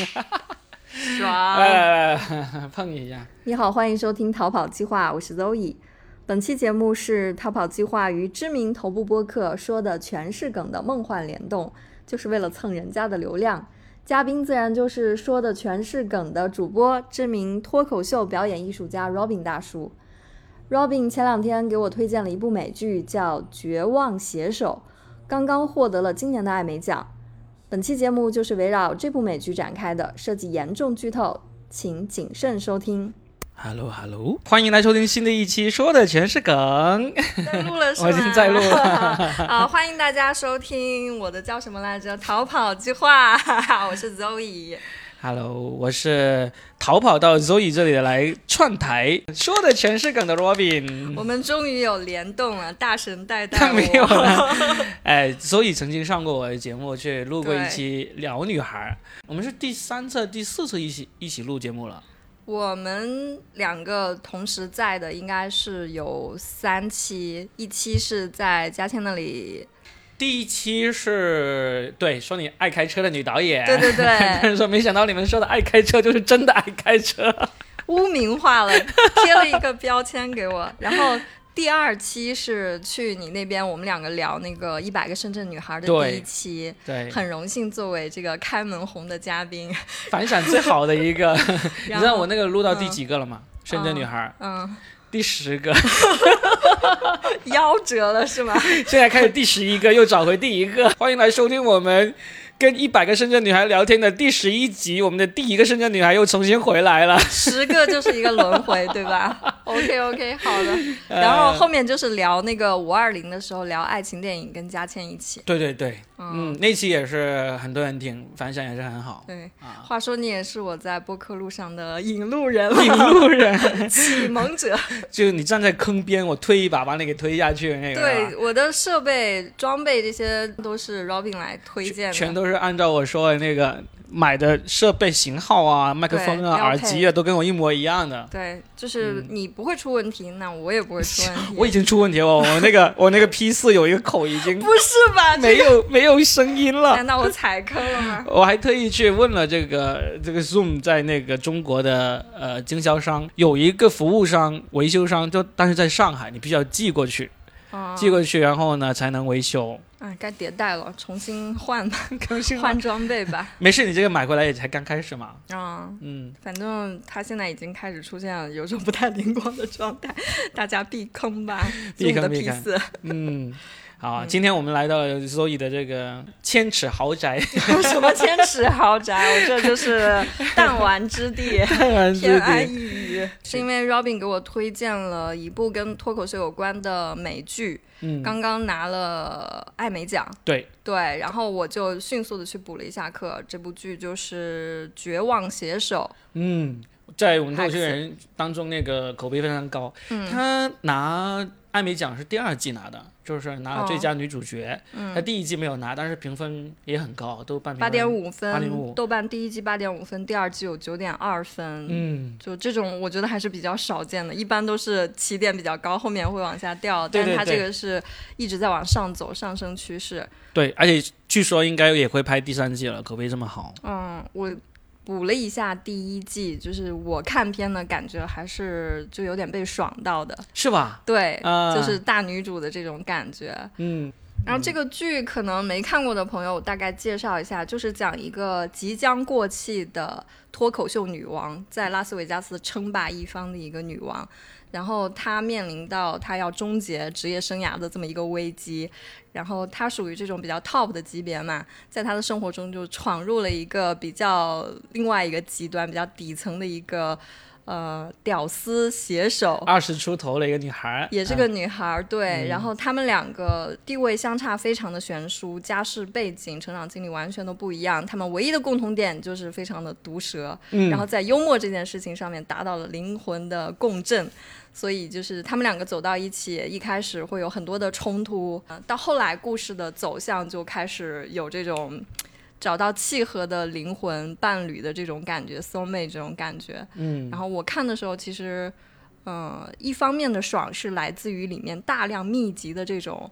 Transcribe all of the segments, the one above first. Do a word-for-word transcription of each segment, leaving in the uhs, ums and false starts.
爽、 呃、碰一下。 你好，欢迎收听逃跑计划，我是 Zoe。 本期节目是逃跑计划与知名头部播客说的全是梗的梦幻联动，就是为了蹭人家的流量。嘉宾自然就是说的全是梗的主播，知名脱口秀表演艺术家 Robin 大叔。 Robin 前两天给我推荐了一部美剧叫《绝望写手》，刚刚获得了今年的艾美奖。本期节目就是围绕这部美剧展开的，涉及严重剧透，请谨慎收听。 Hello Hello， 欢迎来收听新的一期，说的全是梗。 在录了是吗？ 我已经在录了。 好，欢迎大家收听我的叫什么来着？逃跑计划。我是 Zoe。Hello， 我是逃跑到 Zoe 这里来串台，说的全是梗的 Robin。 我们终于有联动了，大神带带我。 没有了。哎 ，Zoe 曾经上过我的节目，去录过一期聊女孩。我们是第三次、第四次一起一起录节目了。 我们两个同时在的应该是有三期，一期是在嘉谦那里。 第一期是对说你爱开车的女导演， 对对对， 但是说没想到你们说的爱开车就是真的爱开车， 污名化了，贴了一个标签给我。然后第二期是去你那边，我们两个聊那个一百个深圳女孩的第一期， 对，对， 很荣幸作为这个开门红的嘉宾， 反响最好的一个。你知道我那个录到第几个了吗？嗯、深圳女孩， 嗯。嗯第十个。 夭折了是吗？ 现在开始第十一个，又找回第一个。欢迎来收听我们跟一百个深圳女孩聊天的第十一集，我们的第一个深圳女孩又重新回来了。 十个就是一个轮回，对吧？OK OK， 好的。然后后面就是聊那个五二零的时候聊爱情电影，跟嘉谦一起。 对对对，嗯, 嗯，那期也是很多人听，反响也是很好。 对、 啊， 话说你也是我在播客路上的引路人， 引路人， 启蒙者。 就你站在坑边，我推一把把你给推下去那个。 对，我的设备装备这些都是 Robin 来推荐的， 全都是按照我说的那个买的设备型号啊、麦克风啊、耳机啊，都跟我一模一样的。 对，就是你不会出问题，嗯、那我也不会出问题。 我已经出问题了，我那个我那个 P 四 有一个口已经不是吧？ 没有、这个、没有声音了。 难道我踩坑了吗？ 我还特意去问了这个这个 Zoom 在那个中国的呃经销商，有一个服务商、维修商，就但是在上海，你必须要寄过去。寄过去，然后呢才能维修。 哎，该迭代了，重新换吧，换装备吧。 没事，你这个买回来也才刚开始嘛。 啊、嗯，嗯，反正它现在已经开始出现了有种不太灵光的状态，大家避坑吧， 避坑避坑。 嗯。好、嗯，今天我们来到了 Zoe 的这个千尺豪宅。 什么千尺豪宅？我这就是弹丸之地， 弹丸之地， 偏安一隅。是因为 Robin 给我推荐了一部跟脱口秀有关的美剧，嗯，刚刚拿了艾美奖。 对对，然后我就迅速的去补了一下课。这部剧就是《绝望写手》。 嗯，在我们脱口秀人当中，那个口碑非常高。嗯，他拿艾美奖是第二季拿的。就是拿了最佳女主角，他、哦嗯、第一季没有拿，但是评分也很高，都半八点五分， 八点五。 豆瓣第一季八点五分，第二季有九点二分。嗯，就这种我觉得还是比较少见的，一般都是起点比较高，后面会往下掉， 对对对， 但是它这个是一直在往上走，上升趋势。 对，而且据说应该也会拍第三季了，口碑这么好。 嗯，我补了一下第一季，就是我看片的感觉还是就有点被爽到的， 是吧？ 对、 呃、 就是大女主的这种感觉。 嗯， 然后这个剧可能没看过的朋友我大概介绍一下，就是讲一个即将过气的脱口秀女王，在拉斯维加斯称霸一方的一个女王，然后她面临到她要终结职业生涯的这么一个危机，然后她属于这种比较 top 的级别嘛，在她的生活中就闯入了一个比较另外一个极端比较底层的一个呃，屌丝写手， 二十出头的一个女孩， 也是个女孩、嗯、对、嗯、然后他们两个地位相差非常的悬殊，家世背景成长经历完全都不一样，他们唯一的共同点就是非常的毒舌、嗯、然后在幽默这件事情上面达到了灵魂的共振，所以就是他们两个走到一起，一开始会有很多的冲突，到后来故事的走向就开始有这种找到契合的灵魂伴侣的这种感觉 soul mate 这种感觉。嗯，然后我看的时候其实呃，一方面的爽是来自于里面大量密集的这种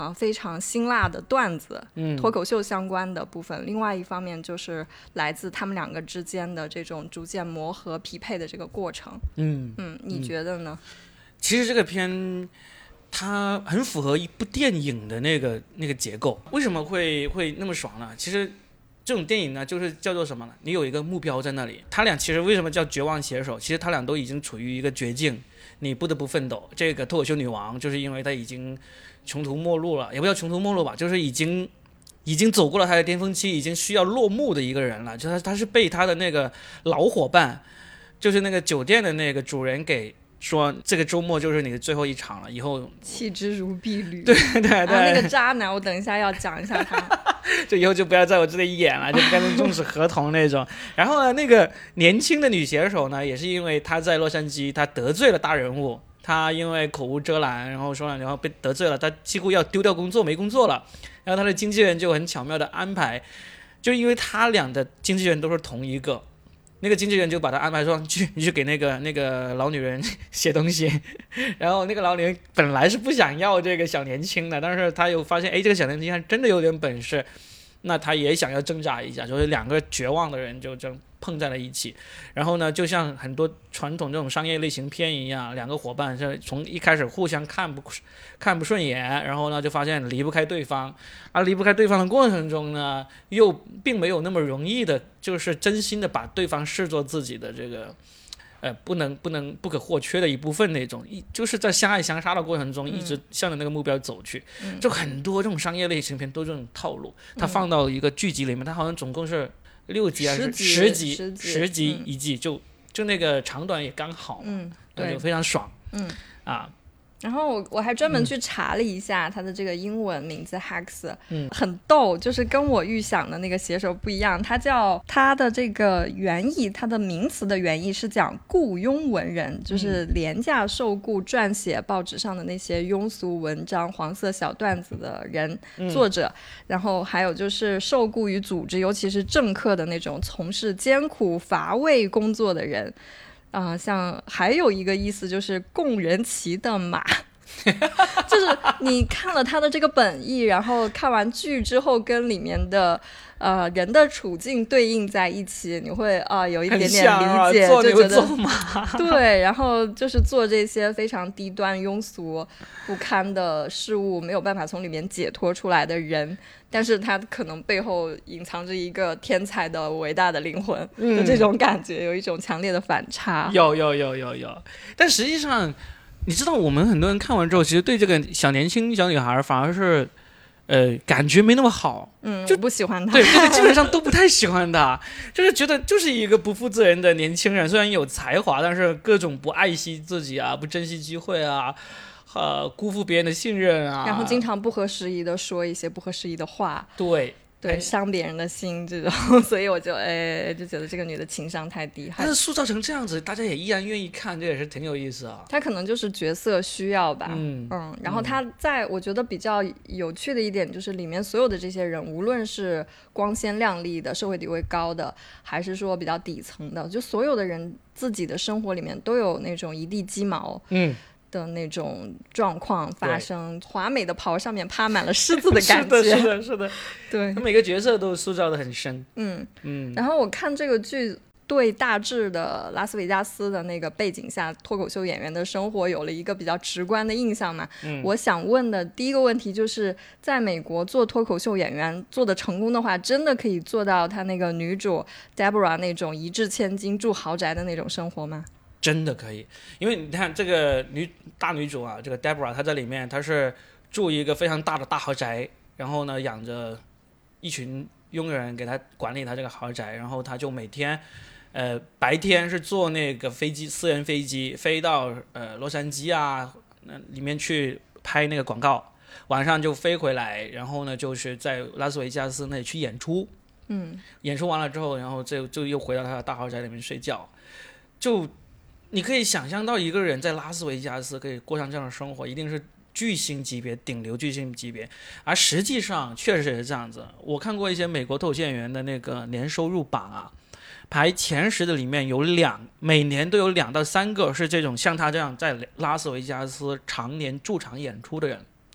啊非常辛辣的段子， 嗯， 脱口秀相关的部分。另外一方面就是来自他们两个之间的这种逐渐磨合匹配的这个过程。 嗯嗯，你觉得呢？ 其实这个片它很符合一部电影的那个那个结构。为什么会会那么爽呢？其实这种电影呢，就是叫做什么呢？你有一个目标在那里。他俩其实为什么叫绝望携手？其实他俩都已经处于一个绝境，你不得不奋斗。这个脱口秀女王就是因为她已经穷途末路了，也不叫穷途末路吧，就是已经已经走过了她的巅峰期，已经需要落幕的一个人了。就她她是被她的那个老伙伴，就是那个酒店的那个主人给说，这个周末就是你的最后一场了，以后弃之如敝履。 对对对、啊， 那个渣男，我等一下要讲一下他。 就以后就不要在我这里演了，就跟他终止合同那种。然后呢，那个年轻的女写手呢，也是因为她在洛杉矶，她得罪了大人物，她因为口无遮拦，然后说了，然后被得罪了，她几乎要丢掉工作，没工作了。然后她的经纪人就很巧妙的安排，就因为他俩的经纪人都是同一个。那个经纪人就把他安排说，去你去给那个那个老女人写东西，然后那个老女人本来是不想要这个小年轻的，但是他又发现，哎，这个小年轻还真的有点本事，那他也想要挣扎一下，所以两个绝望的人就这样碰在了一起。然后呢，就像很多传统这种商业类型片一样，两个伙伴是从一开始互相看不看不顺眼，然后呢就发现离不开对方，而离不开对方的过程中呢，又并没有那么容易的，就是真心的把对方视作自己的这个。呃，不能不能不可或缺的一部分那种，一就是在相爱相杀的过程中，一直向着那个目标走去。嗯、就很多这种商业类型片都这种套路，它放到一个剧集里面，它好像总共是六集还是十集， 十集， 十集一季，嗯、就就那个长短也刚好， 嗯，对， 就非常爽， 嗯啊。 然后我我还专门去查了一下它的这个英文名字 Hacks， 嗯， 很逗，就是跟我预想的那个写手不一样。它叫它的这个原意，它的名词的原意是讲雇佣文人，就是廉价受雇撰写报纸上的那些庸俗文章、黄色小段子的人、 嗯、 作者。然后还有就是受雇于组织，尤其是政客的那种从事艰苦乏味工作的人。啊、呃，像还有一个意思就是供人骑的马，就是你看了他的这个本意，然后看完剧之后跟里面的呃人的处境对应在一起，你会啊、呃、有一点点理解， 啊、 就觉得马对，然后就是做这些非常低端、庸俗、不堪的事物，没有办法从里面解脱出来的人。但是他可能背后隐藏着一个天才的伟大的灵魂的这种感觉、嗯、有一种强烈的反差。 有有有有有，但实际上你知道我们很多人看完之后其实对这个小年轻小女孩反而是呃感觉没那么好， 嗯，就不喜欢她， 对对，基本上都不太喜欢她，就是觉得就是一个不负责任的年轻人，虽然有才华，但是各种不爱惜自己啊，不珍惜机会啊，呃，辜负别人的信任啊， 然后经常不合时宜的说一些不合时宜的话， 对对，伤别人的心这种，所以我就哎就觉得这个女的情商太低。 但是塑造成这样子，大家也依然愿意看，这也是挺有意思啊。 她可能就是角色需要吧， 嗯嗯，然后她在我觉得比较有趣的一点就是里面所有的这些人，无论是光鲜亮丽的、社会地位高的，还是说比较底层的，就所有的人自己的生活里面都有那种一地鸡毛， 嗯。 的那种状况发生，华美的袍上面趴满了虱子的感觉。 是的，是的，是的， 对， 他每个角色都塑造得很深。 嗯嗯。 然后我看这个剧，对大致的拉斯维加斯的那个背景下，脱口秀演员的生活有了一个比较直观的印象嘛。 嗯。 我想问的第一个问题就是，在美国做脱口秀演员做的成功的话，真的可以做到他那个女主 Deborah 那种一掷千金住豪宅的那种生活吗？ 真的可以，因为你看这个女大女主啊，这个 Deborah 她在里面，她是住一个非常大的大豪宅，然后呢养着一群佣人给她管理她这个豪宅，然后她就每天，呃白天是坐那个飞机私人飞机飞到呃洛杉矶啊那里面去拍那个广告，晚上就飞回来，然后呢就是在拉斯维加斯那里去演出， 嗯， 演出完了之后，然后就就又回到她的大豪宅里面睡觉，就。你可以想象到一个人在拉斯维加斯可以过上这样的生活，一定是巨星级别、顶流巨星级别，而实际上确实是这样子。我看过一些美国脱口秀演员的那个年收入榜啊，排前十的里面有两，每年都有两到三个是这种像他这样在拉斯维加斯常年驻场演出的人。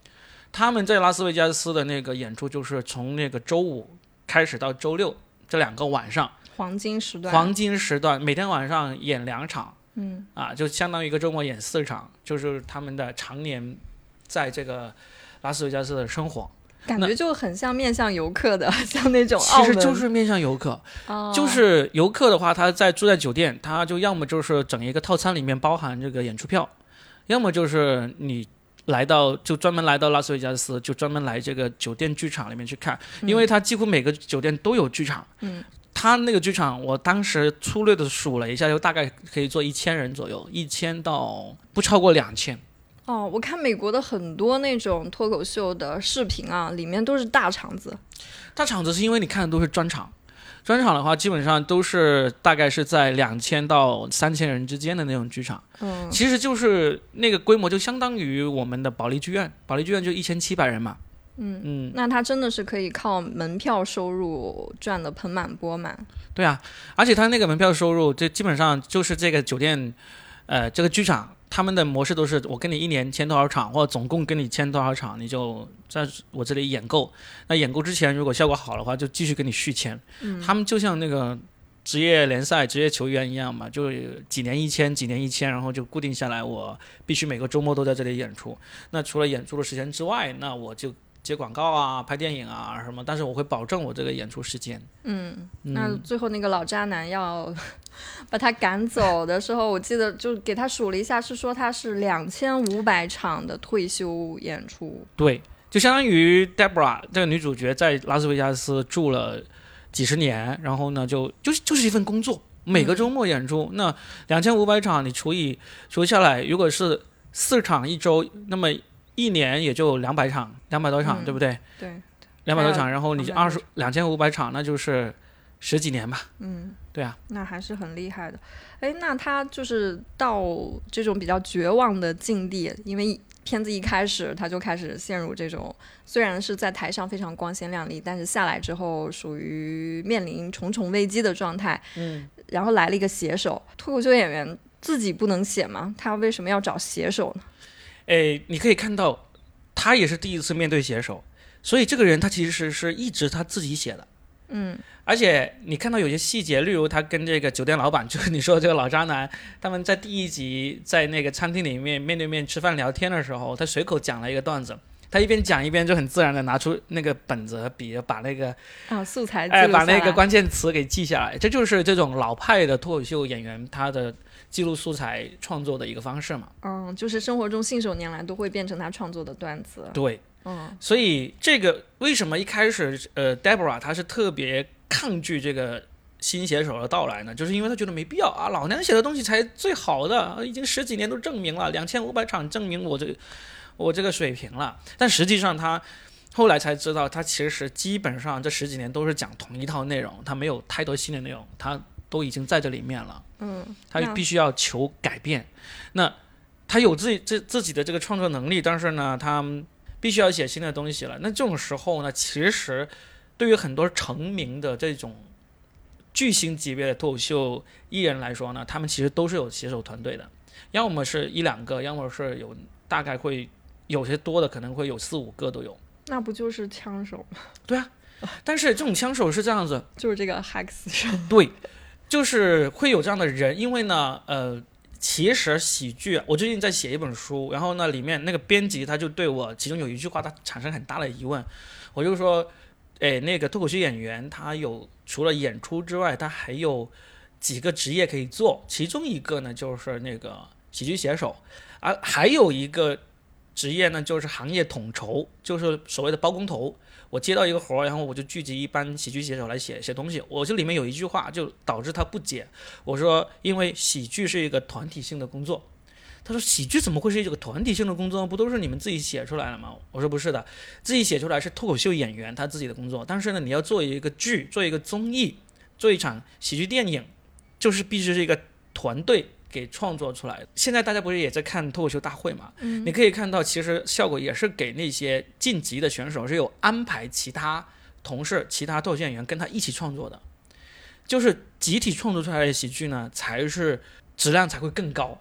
他们在拉斯维加斯的那个演出就是从那个周五开始到周六这两个晚上， 黄金时段， 黄金时段每天晚上演两场， 嗯啊，就相当于一个周末演四场，就是他们的常年在这个拉斯维加斯的生活。 感觉就很像面向游客的，像那种澳门， 其实就是面向游客、 哦、 就是游客的话，他在住在酒店，他就要么就是整一个套餐里面包含这个演出票，要么就是你来到就专门来到拉斯维加斯，就专门来这个酒店剧场里面去看，因为他几乎每个酒店都有剧场。 嗯， 他那个剧场我当时粗略的数了一下，就大概可以坐一千人左右，一千到不超过两千。 哦，我看美国的很多那种脱口秀的视频啊，里面都是大场子。 大场子是因为你看的都是专场，专场的话基本上都是大概是在两千到三千人之间的那种剧场。 嗯， 其实就是那个规模就相当于我们的保利剧院，保利剧院就一千七百人嘛。 嗯嗯， 那他真的是可以靠门票收入赚得盆满钵满。 对啊，而且他那个门票收入，这基本上就是这个酒店，呃，这个剧场。他们的模式都是我跟你一年签多少场，或者总共跟你签多少场，你就在我这里演够。那演够之前，如果效果好的话，就继续跟你续签。 嗯， 他们就像那个职业联赛、职业球员一样嘛，就几年一签，几年一签，然后就固定下来，我必须每个周末都在这里演出。那除了演出的时间之外，那我就接广告啊、拍电影啊什么，但是我会保证我这个演出时间。 嗯，那最后那个老渣男要把他赶走的时候，我记得就给他数了一下，是说他是两千五百场的退休演出。 对，就相当于 Deborah 这个女主角在拉斯维加斯住了几十年，然后呢就就是就是一份工作，每个周末演出。嗯、那两千五百场你除以除下来，如果是四场一周，那么一年也就两百场，两百多场， 嗯、 对不对？ 对， 两百多场，然后你二十两千五百场，那就是十几年吧。 嗯， 对啊， 那还是很厉害的。哎，那他就是到这种比较绝望的境地，因为片子一开始他就开始陷入这种，虽然是在台上非常光鲜亮丽，但是下来之后属于面临重重危机的状态。 嗯， 然后来了一个写手，脱口秀演员自己不能写吗？他为什么要找写手呢？ 哎，你可以看到，他也是第一次面对写手，所以这个人他其实是一直他自己写的。 嗯， 而且你看到有些细节，例如他跟这个酒店老板，就是你说的这个老渣男，他们在第一集在那个餐厅里面面对面吃饭聊天的时候，他随口讲了一个段子，他一边讲一边就很自然的拿出那个本子和笔，把那个啊素材哎把那个关键词给记下来。这就是这种老派的脱口秀演员他的记录素材创作的一个方式嘛。 嗯，就是生活中信手拈来都会变成他创作的段子。 对。 嗯， 所以这个为什么一开始呃 Deborah 她是特别抗拒这个新写手的到来呢？就是因为她觉得没必要啊，老娘写的东西才最好的，已经十几年都证明了，两千五百场证明我这我这个水平了。但实际上她后来才知道，她其实基本上这十几年都是讲同一套内容，她没有太多新的内容，她都已经在这里面了。 嗯， 她必须要求改变。那她有自己自自己的这个创作能力，但是呢，她必须要写新的东西了。那这种时候呢，其实对于很多成名的这种巨星级别的脱口秀艺人来说呢，他们其实都是有写手团队的，要么是一两个，要么是有大概会有些多的，可能会有四五个都有。 那不就是枪手吗？ 对啊，但是这种枪手是这样子， 就是这个 Hex 手。 对，就是会有这样的人，因为呢，呃。其实喜剧，我最近在写一本书，然后呢，里面那个编辑他就对我其中有一句话，他产生很大的疑问。我就说，哎，那个脱口秀演员他有除了演出之外，他还有几个职业可以做，其中一个呢就是那个喜剧写手，而还有一个职业呢就是行业统筹，就是所谓的包工头。我接到一个活，然后我就聚集一班喜剧写手来写写东西。我这里面有一句话就导致他不解，我说因为喜剧是一个团体性的工作。他说喜剧怎么会是一个团体性的工作？不都是你们自己写出来的吗？我说不是的，自己写出来是脱口秀演员他自己的工作，但是呢，你要做一个剧，做一个综艺，做一场喜剧电影，就是必须是一个团队给创作出来的。现在大家不是也在看脱口秀大会嘛、嗯、你可以看到其实效果也是给那些晋级的选手是有安排其他同事其他脱口秀演员跟他一起创作的，就是集体创作出来的喜剧呢才是质量才会更高。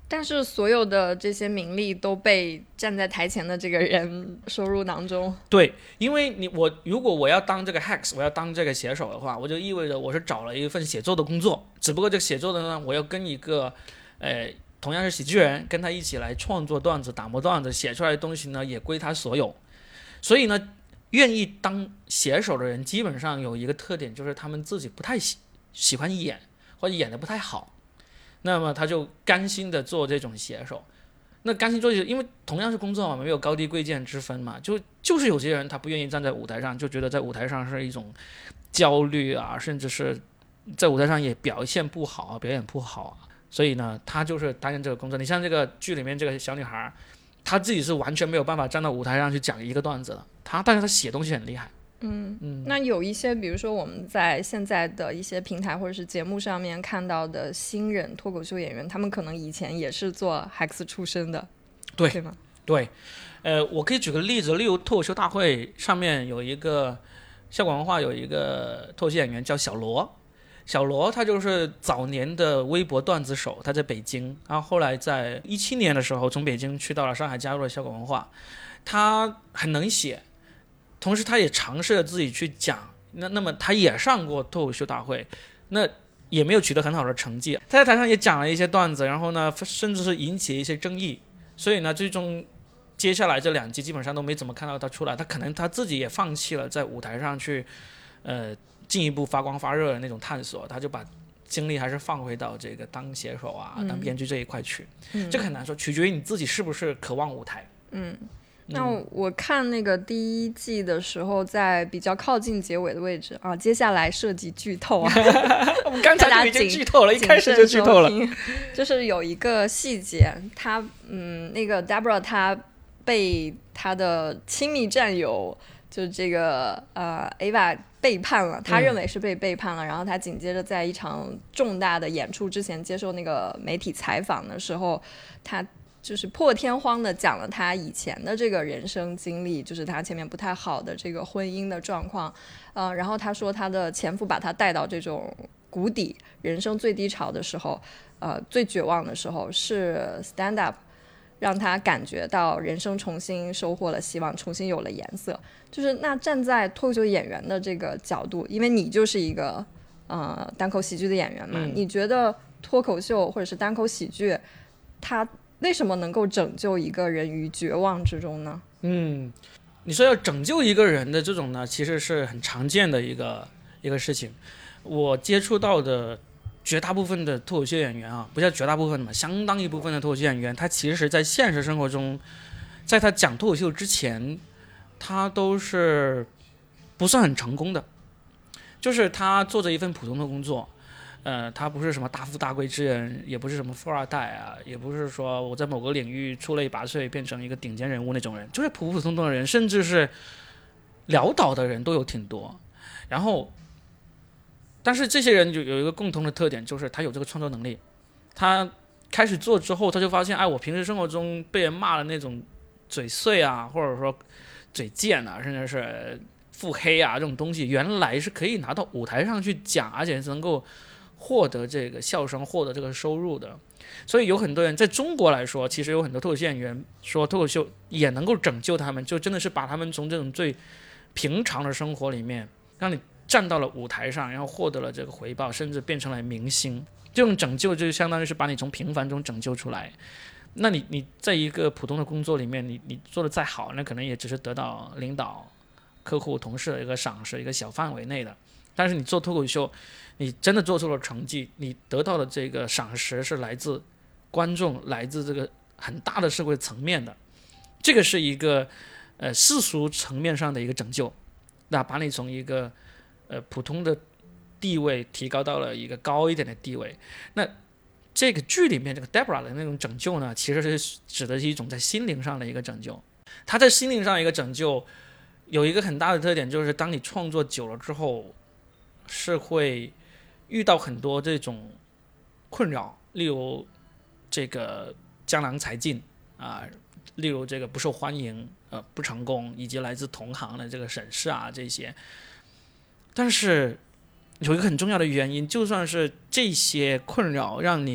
但是所有的这些名利都被站在台前的这个人收入囊中。 对，因为你我如果我要当这个 Hex， 我要当这个写手的话，我就意味着我是找了一份写作的工作，只不过这个写作的呢，我要跟一个呃同样是喜剧人，跟他一起来创作段子、打磨段子，写出来的东西呢也归他所有。所以呢，愿意当写手的人基本上有一个特点，就是他们自己不太喜喜欢演，或者演得不太好。那么他就甘心的做这种写手，那甘心做，因为同样是工作嘛，没有高低贵贱之分嘛，就就是有些人他不愿意站在舞台上，就觉得在舞台上是一种焦虑啊，甚至是在舞台上也表现不好啊，表演不好啊，所以呢，他就是担任这个工作。你像这个剧里面这个小女孩，她自己是完全没有办法站到舞台上去讲一个段子的，她但是她写东西很厉害。 嗯嗯，那有一些比如说我们在现在的一些平台或者是节目上面看到的新人脱口秀演员，他们可能以前也是做 Hex 出身的， 对对吗？ 对，呃，我可以举个例子，例如脱口秀大会上面有一个效果文化有一个脱口秀演员叫小罗，小罗他就是早年的微博段子手，他在北京，然后后来在一七年的时候从北京去到了上海，加入了效果文化，他很能写。同时他也尝试着自己去讲，那那么他也上过脱口秀大会，那也没有取得很好的成绩，他在台上也讲了一些段子，然后呢甚至是引起一些争议，所以呢最终接下来这两季基本上都没怎么看到他出来，他可能他自己也放弃了在舞台上去呃进一步发光发热的那种探索，他就把精力还是放回到这个当写手啊、嗯、当编剧这一块去、嗯、这个很难说，取决于你自己是不是渴望舞台。 嗯，那我看那个第一季的时候，在比较靠近结尾的位置啊，接下来涉及剧透啊， 我们刚才就已经剧透了，一开始就剧透了。 就是有一个细节，他嗯，那个 Deborah 他被他的亲密战友，就这个呃 Ava 背叛了，他认为是被背叛了、嗯、然后他紧接着在一场重大的演出之前接受那个媒体采访的时候，他就是破天荒的讲了他以前的这个人生经历，就是他前面不太好的这个婚姻的状况，呃，然后他说他的前夫把他带到这种谷底，人生最低潮的时候，呃，最绝望的时候是 stand up， 让他感觉到人生重新收获了希望，重新有了颜色。就是那站在脱口秀演员的这个角度，因为你就是一个呃单口喜剧的演员嘛、嗯、你觉得脱口秀或者是单口喜剧它为什么能够拯救一个人于绝望之中呢？ 嗯，你说要拯救一个人的这种呢，其实是很常见的一个一个事情。我接触到的绝大部分的脱口秀演员啊，不叫绝大部分嘛，相当一部分的脱口秀演员，他其实在现实生活中，在他讲脱口秀之前，他都是不算很成功的，就是他做着一份普通的工作。呃，他不是什么大富大贵之人，也不是什么富二代啊，也不是说我在某个领域出类拔萃变成一个顶尖人物那种人，就是普普通通的人，甚至是潦倒的人都有挺多。然后，但是这些人就有一个共同的特点，就是他有这个创作能力。他开始做之后，他就发现，哎，我平时生活中被人骂的那种嘴碎啊，或者说嘴贱啊，甚至是腹黑啊这种东西，原来是可以拿到舞台上去讲，而且是能够获得这个笑声，获得这个收入的。所以有很多人在中国来说，其实有很多脱口秀演员说脱口秀也能够拯救他们，就真的是把他们从这种最平常的生活里面让你站到了舞台上，然后获得了这个回报，甚至变成了明星。这种拯救就相当于是把你从平凡中拯救出来。那你你在一个普通的工作里面，你你做的再好，那可能也只是得到领导、客户、同事的一个赏识，一个小范围内的。但是你做脱口秀，你真的做出了成绩，你得到的这个赏识是来自观众，来自这个很大的社会层面的，这个是一个呃世俗层面上的一个拯救，那把你从一个呃普通的地位提高到了一个高一点的地位。那这个剧里面这个 Deborah 的那种拯救呢，其实是指的是一种在心灵上的一个拯救。他在心灵上一个拯救有一个很大的特点，就是当你创作久了之后，是会遇到很多这种困扰，例如这个江郎才尽啊，例如这个不受欢迎、呃不成功，以及来自同行的这个审视啊这些。但是有一个很重要的原因，就算是这些困扰让你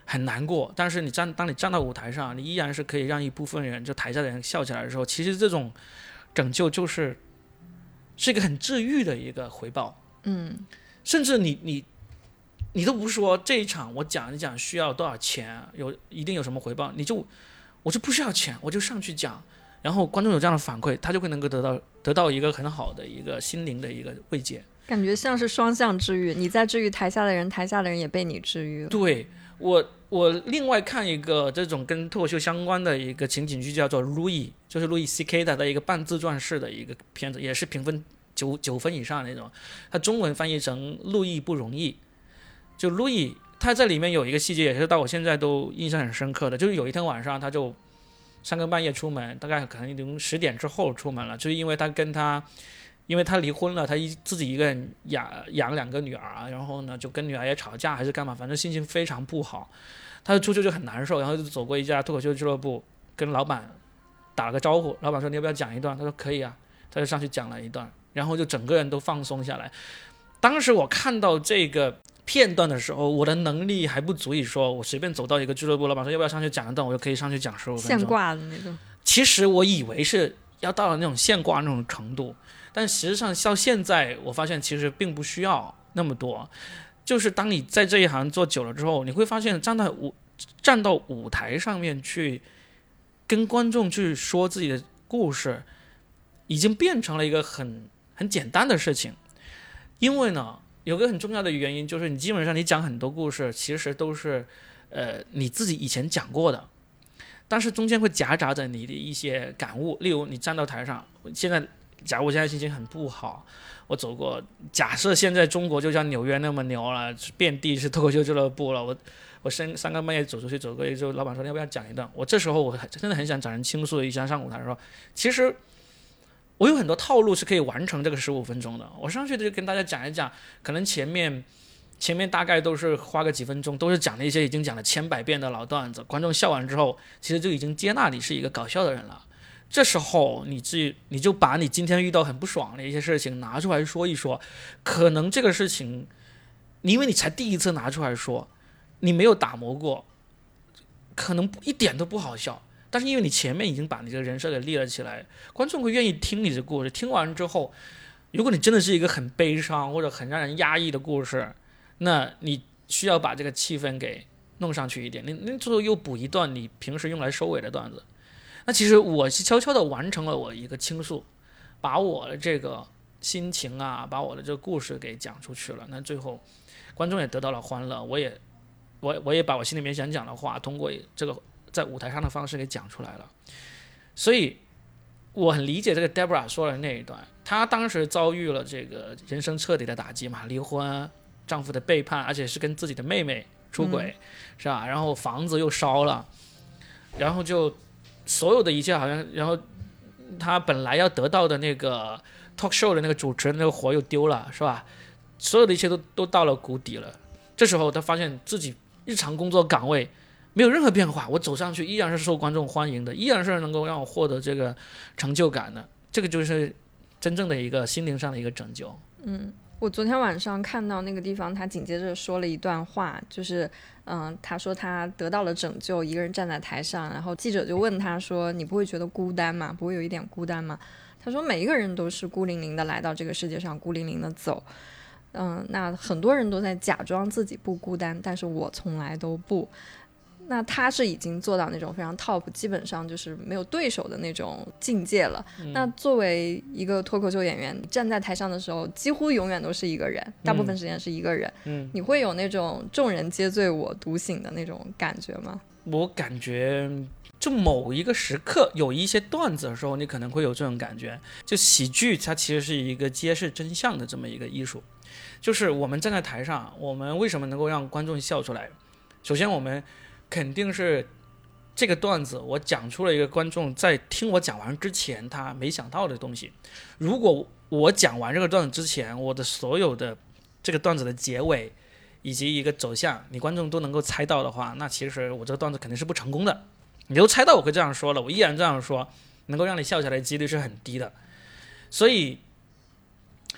很难过，但是你站当你站到舞台上，你依然是可以让一部分人就台下的人笑起来的时候，其实这种拯救就是是一个很治愈的一个回报。 嗯， 甚至你你你都不说这一场我讲一讲需要多少钱，有一定有什么回报，你就我就不需要钱，我就上去讲，然后观众有这样的反馈，他就会能够得到得到一个很好的一个心灵的一个慰藉， 感觉像是双向治愈，你在治愈台下的人，台下的人也被你治愈了。 对，我我另外看一个这种跟脱口秀相关的一个情景剧，叫做 Louis， 就是 Louis C K 的一个半自传式的一个片子，也是评分九九分以上的那种，它中文翻译成路易不容易。就路易他在里面有一个细节，也是到我现在都印象很深刻的，就是有一天晚上他就三更半夜出门，大概可能已经十点之后出门了，就是因为他跟他因为他离婚了，他一自己一个人养养两个女儿，然后呢就跟女儿也吵架还是干嘛，反正心情非常不好，他就出去就很难受，然后就走过一家脱口秀俱乐部，跟老板打了个招呼，老板说你要不要讲一段，他说可以啊，他就上去讲了一段，然后就整个人都放松下来。当时我看到这个片段的时候，我的能力还不足以说我随便走到一个俱乐部，老板说要不要上去讲一段，我就可以上去讲十五分钟， 现挂的那种。 其实我以为是要到了那种现挂那种程度，但实际上到现在我发现其实并不需要那么多。就是当你在这一行做久了之后，你会发现站在舞站到舞台上面去跟观众去说自己的故事，已经变成了一个很很简单的事情。因为呢有个很重要的原因，就是你基本上你讲很多故事其实都是呃你自己以前讲过的，但是中间会夹杂着你的一些感悟。例如你站到台上，现在假如我现在心情很不好，我走过，假设现在中国就像纽约那么牛了，遍地是脱口秀俱乐部了，我我三三更半夜走出去，走过去之后，老板说要不要讲一段，我这时候我真的很想找人倾诉一下，上舞台说其实我有很多套路是可以完成这个十五分钟的，我上去就跟大家讲一讲，可能前面前面大概都是花个几分钟，都是讲了一些已经讲了千百遍的老段子，观众笑完之后，其实就已经接纳你是一个搞笑的人了。这时候你自己你就把你今天遇到很不爽的一些事情拿出来说一说，可能这个事情因为你才第一次拿出来说，你没有打磨过，可能一点都不好笑，但是因为你前面已经把你这个人设给立了起来，观众会愿意听你的故事。听完之后，如果你真的是一个很悲伤或者很让人压抑的故事，那你需要把这个气氛给弄上去一点，你你最后又补一段你平时用来收尾的段子。那其实我是悄悄地完成了我一个倾诉，把我的这个心情啊，把我的这个故事给讲出去了。那最后观众也得到了欢乐，我也我我也把我心里面想讲的话通过这个在舞台上的方式给讲出来了。所以我很理解这个 Deborah 说的那一段，她当时遭遇了这个人生彻底的打击嘛，离婚，丈夫的背叛，而且是跟自己的妹妹出轨、嗯、是吧？然后房子又烧了，然后就所有的一切好像，然后她本来要得到的那个 talk show 的那个主持人那个活又丢了，是吧？所有的一切都都到了谷底了。这时候她发现自己日常工作岗位没有任何变化，我走上去依然是受观众欢迎的，依然是能够让我获得这个成就感的，这个就是真正的一个心灵上的一个拯救。 嗯，我昨天晚上看到那个地方，他紧接着说了一段话，就是嗯，他说他得到了拯救，一个人站在台上，然后记者就问他说你不会觉得孤单吗？不会有一点孤单吗？他说每一个人都是孤零零的来到这个世界上，孤零零的走。嗯，那很多人都在假装自己不孤单，但是我从来都不。那他是已经做到那种非常 top， 基本上就是没有对手的那种境界了、嗯、那作为一个脱口秀演员，站在台上的时候几乎永远都是一个人，大部分时间是一个人、嗯、你会有那种众人皆醉我独醒的那种感觉吗？ 我感觉就某一个时刻有一些段子的时候你可能会有这种感觉，就喜剧它其实是一个揭示真相的这么一个艺术，就是我们站在台上，我们为什么能够让观众笑出来，首先我们肯定是这个段子我讲出了一个观众在听我讲完之前他没想到的东西。如果我讲完这个段子之前，我的所有的这个段子的结尾以及一个走向你观众都能够猜到的话，那其实我这个段子肯定是不成功的。你都猜到我会这样说了，我依然这样说，能够让你笑起来的几率是很低的。所以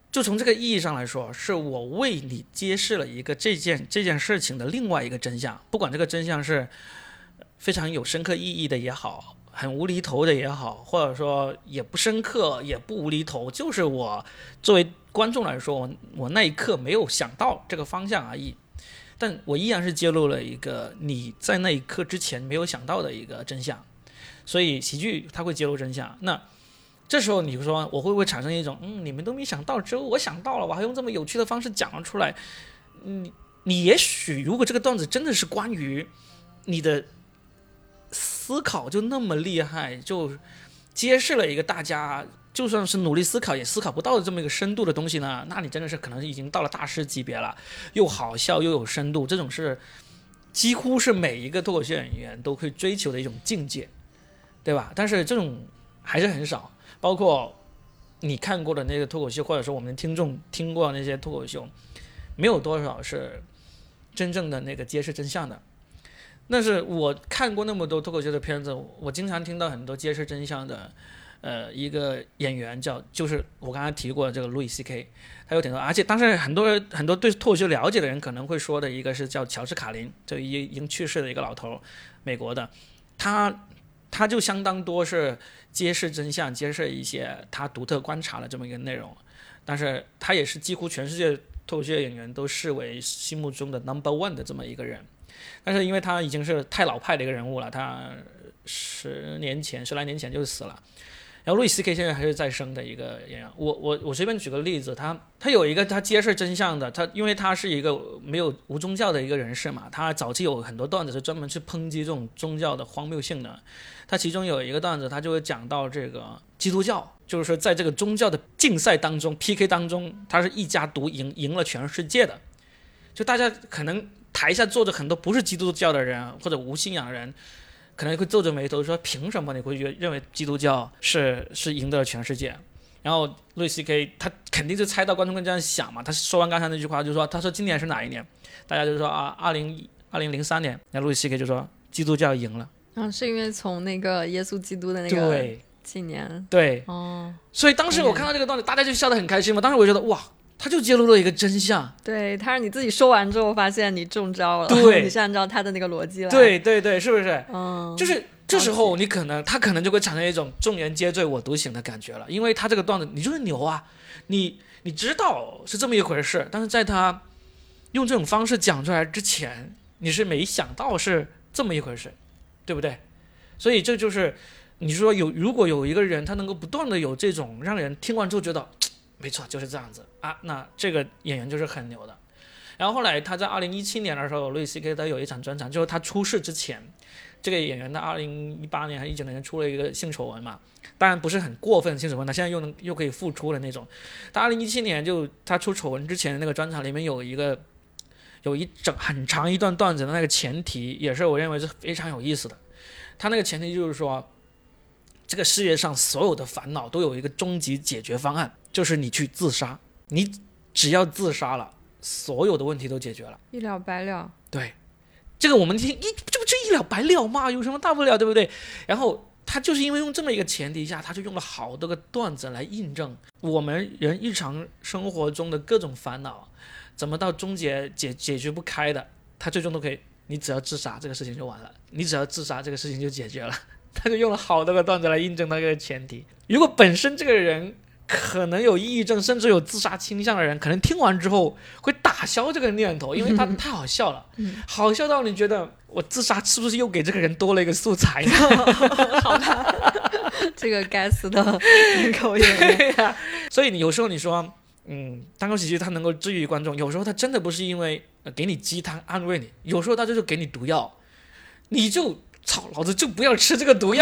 就从这个意义上来说，是我为你揭示了一个这件这件事情的另外一个真相，不管这个真相是非常有深刻意义的也好，很无厘头的也好，或者说也不深刻也不无厘头，就是我作为观众来说，我我那一刻没有想到这个方向而已，但我依然是揭露了一个你在那一刻之前没有想到的一个真相。所以喜剧它会揭露真相，那这时候你说我会不会产生一种嗯，你们都没想到，只有我想到了，我还用这么有趣的方式讲了出来。你你也许如果这个段子真的是关于你的思考就那么厉害，就揭示了一个大家就算是努力思考也思考不到的这么一个深度的东西呢，那你真的是可能已经到了大师级别了，又好笑又有深度，这种是几乎是每一个脱口秀演员都会追求的一种境界，对吧？但是这种还是很少，包括你看过的那个脱口秀，或者说我们听众听过那些脱口秀，没有多少是真正的那个揭示真相的。但是我看过那么多脱口秀的片子，我经常听到很多揭示真相的呃一个演员叫就是我刚才提过的这个路易 C K， 他有挺多，而且当时很多人很多对脱口秀了解的人可能会说的一个是叫乔治卡林，这一已经去世的一个老头，美国的，他他就相当多是揭示真相，揭示一些他独特观察的这么一个内容，但是他也是几乎全世界脱口秀演员都视为心目中的 number one 的这么一个人。但是因为他已经是太老派的一个人物了，他十年前十来年前就死了。然后路易 C K 现在还是在生的一个演员。我我我随便举个例子，他他有一个他揭示真相的，他因为他是一个没有无宗教的一个人士嘛，他早期有很多段子是专门去抨击这种宗教的荒谬性的。他其中有一个段子，他就会讲到这个基督教，就是在这个宗教的竞赛当中 P K 当中，他是一家独赢赢了全世界的。就大家可能台下坐着很多不是基督教的人或者无信仰的人，可能会皱着眉头说凭什么你会认为基督教是是赢得了全世界。然后路易 C K 他肯定是猜到观众会这样想嘛，他说完刚才那句话就说，他说今年是哪一年，大家就说啊二零二零零三年，然后路易 C K 就说基督教赢了。 啊，是因为从那个耶稣基督的那个纪年， 对， 哦， 所以当时我看到这个段子，大家就笑得很开心嘛。当时我就觉得哇，他就揭露了一个真相。 对，他是你自己说完之后发现你中招了， 对， 你是按照他的那个逻辑来。 对对对，是不是？ 嗯， 就是这时候你可能他可能就会产生一种众人皆醉我独醒的感觉了，因为他这个段子你就是牛啊，你你知道是这么一回事，但是在他用这种方式讲出来之前，你是没想到是这么一回事，对不对？所以这就是你说有如果有一个人他能够不断的有这种让人听完之后觉得没错就是这样子啊，那这个演员就是很牛的。然后后来他在二零一七年的时候，路易 C K 他有一场专场，就是他出事之前，这个演员在二零一八年还是一九年出了一个性丑闻嘛，当然不是很过分的性丑闻，他现在又能又可以复出的那种。他二零一七年就他出丑闻之前的那个专场里面有一个有一整很长一段段子的那个前提，也是我认为是非常有意思的。他那个前提就是说，这个世界上所有的烦恼都有一个终极解决方案，就是你去自杀，你只要自杀了，所有的问题都解决了， 一了百了。 对，这个我们听一这不就一了百了吗？有什么大不了，对不对？然后他就是因为用这么一个前提下，他就用了好多个段子来印证我们人日常生活中的各种烦恼怎么到终结解解决不开的，他最终都可以，你只要自杀这个事情就完了，你只要自杀这个事情就解决了。他就用了好多个段子来印证那个前提。如果本身这个人可能有抑郁症甚至有自杀倾向的人，可能听完之后会打消这个念头，因为他太好笑了，好笑到你觉得我自杀是不是又给这个人多了一个素材呢？ 好吧，这个该死的口音。 对呀、啊，所以你有时候你说嗯，单口喜剧它能够治愈观众，有时候它真的不是因为、呃、给你鸡汤安慰你，有时候它就是给你毒药，你就操老子就不要吃这个毒药。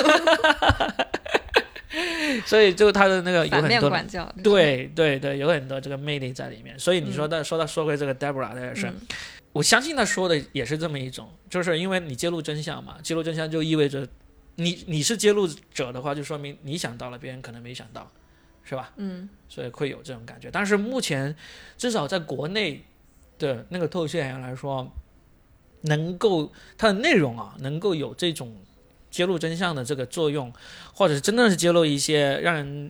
所以就他的那个有很多反面管教， 对对对，有很多这个魅力在里面。所以你说的、嗯、说到说回这个 Deborah 这个事、嗯，我相信他说的也是这么一种，就是因为你揭露真相嘛，揭露真相就意味着你你是揭露者的话，就说明你想到了，别人可能没想到，是吧？ 嗯， 所以会有这种感觉。但是目前至少在国内的那个脱口秀演员来说，能够它的内容啊，能够有这种揭露真相的这个作用，或者是真的是揭露一些让人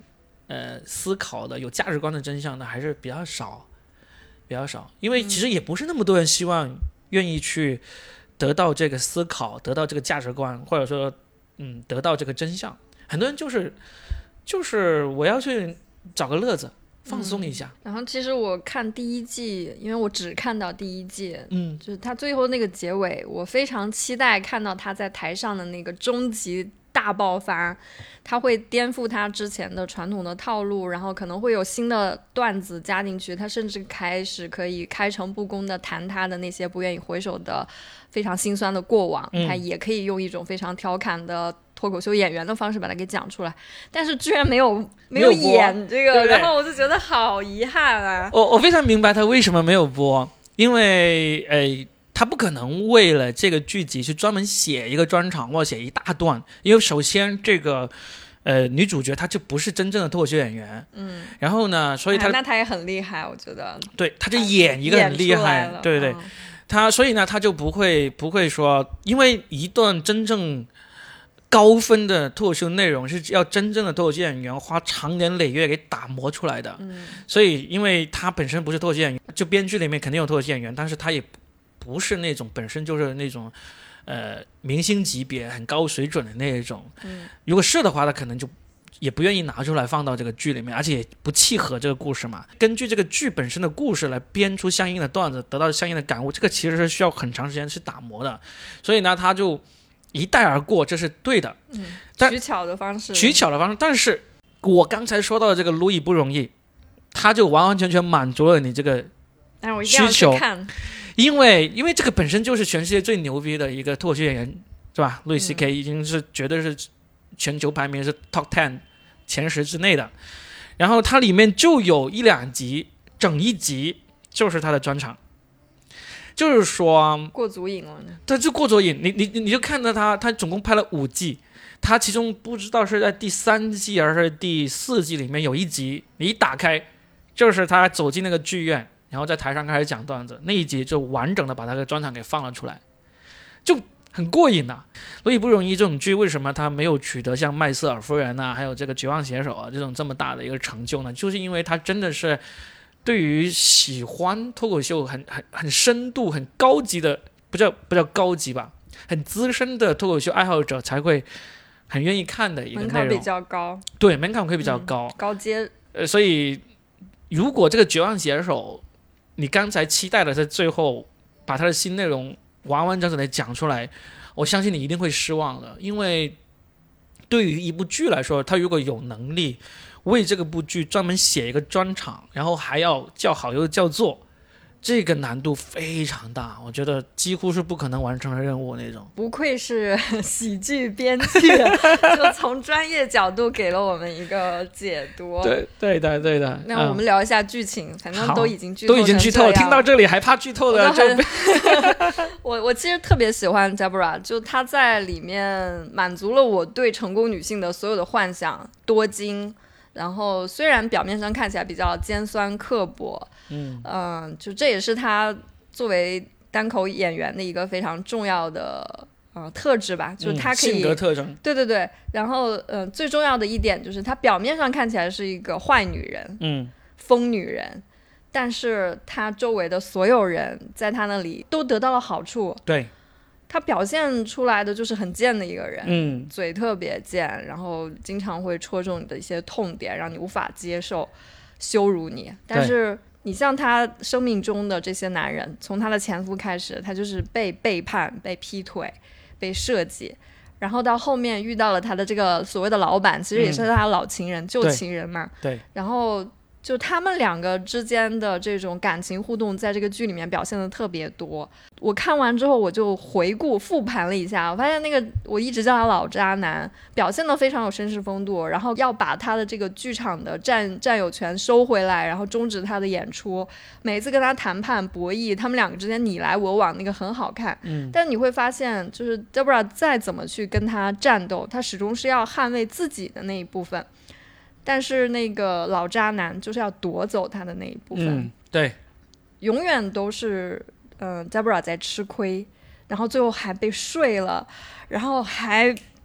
呃思考的有价值观的真相呢还是比较少比较少，因为其实也不是那么多人希望愿意去得到这个思考，得到这个价值观，或者说嗯得到这个真相。很多人就是就是我要去找个乐子放松一下、 嗯、然后其实我看第一季，因为我只看到第一季， 嗯， 就是他最后那个结尾，我非常期待看到他在台上的那个终极大爆发，他会颠覆他之前的传统的套路，然后可能会有新的段子加进去，他甚至开始可以开诚布公的谈他的那些不愿意回首的非常心酸的过往、嗯、他也可以用一种非常调侃的脱口秀演员的方式把它给讲出来，但是居然没有没有演这个， 对对， 然后我就觉得好遗憾啊。 我我非常明白他为什么没有播，因为呃他不可能为了这个剧集去专门写一个专场或者写一大段，因为首先这个呃女主角她就不是真正的脱口秀演员， 嗯， 然后呢，所以她、 哎、那她也很厉害，我觉得， 对，她就演一个很厉害，对对对， 嗯、 她所以呢，她就不会不会说，因为一段真正高分的脱口秀内容是要真正的脱口秀演员花长年累月给打磨出来的， 嗯， 所以因为她本身不是脱口秀演员，就编剧里面肯定有脱口秀演员，但是她也不是那种本身就是那种呃明星级别很高水准的那种、 嗯、 如果是的话他可能就也不愿意拿出来放到这个剧里面，而且也不契合这个故事嘛，根据这个剧本身的故事来编出相应的段子，得到相应的感悟，这个其实是需要很长时间去打磨的，所以呢他就一带而过，这是对的、 嗯、取巧的方式取巧的方式。但是我刚才说到的这个路易不容易，他就完完全全满足了你这个需求，因为因为这个本身就是全世界最牛逼的一个脱口秀演员，是吧？路易 C K 已经是绝对是全球排名是 top ten 前十之内的，然后它里面就有一两集，整一集就是他的专场，就是说过足瘾了， 他就过足瘾，你你你就看到他，他总共拍了五季，他其中不知道是在第三季还是第四季里面有一集，你一打开就是他走进那个剧院。然后在台上开始讲段子，那一集就完整的把他的专场给放了出来，就很过瘾啊。所以不容易这种剧为什么他没有取得像麦瑟尔夫人啊还有这个绝望写手啊这种这么大的一个成就呢？就是因为他真的是对于喜欢脱口秀很很很深度很高级的，不叫不叫高级吧，很资深的脱口秀爱好者才会很愿意看的一个内容， 门槛比较高， 对，门槛会比较高、 嗯、高阶。 呃，所以如果这个绝望写手你刚才期待的是最后把他的新内容完完整整的讲出来，我相信你一定会失望的，因为对于一部剧来说，他如果有能力为这个部剧专门写一个专场，然后还要叫好又叫座，这个难度非常大，我觉得几乎是不可能完成的任务那种。 不愧是喜剧编剧就从专业角度给了我们一个解读。 对对的对的。 那我们聊一下剧情、嗯、反正都已经剧透都已经剧透，听到这里还怕剧透的就我我其实特别喜欢 Deborah， 就她在里面满足了我对成功女性的所有的幻想，多金，然后虽然表面上看起来比较尖酸刻薄，嗯、呃、就这也是她作为单口演员的一个非常重要的呃特质吧，就是她可以、 嗯、性格特征， 对对对，然后呃最重要的一点就是她表面上看起来是一个坏女人， 嗯， 疯女人，但是她周围的所有人在她那里都得到了好处， 对。 他表现出来的就是很贱的一个人， 嗯， 嘴特别贱，然后经常会戳中你的一些痛点，让你无法接受，羞辱你。但是你像他生命中的这些男人，从他的前夫开始，他就是被背叛、被劈腿、被设计，然后到后面遇到了他的这个所谓的老板，其实也是他的老情人、嗯、旧情人嘛。 对。 然后就他们两个之间的这种感情互动在这个剧里面表现的特别多。我看完之后我就回顾复盘了一下，我发现那个我一直叫他老渣男表现得非常有绅士风度，然后要把他的这个剧场的占占有权收回来，然后终止他的演出，每一次跟他谈判博弈，他们两个之间你来我往，那个很好看。 嗯， 但你会发现就是 Deborah 再怎么去跟他战斗，他始终是要捍卫自己的那一部分，但是那个老渣男就是要夺走他的那一部分。 嗯，对， 永远都是嗯、呃、Deborah 在吃亏，然后最后还被睡了，然后还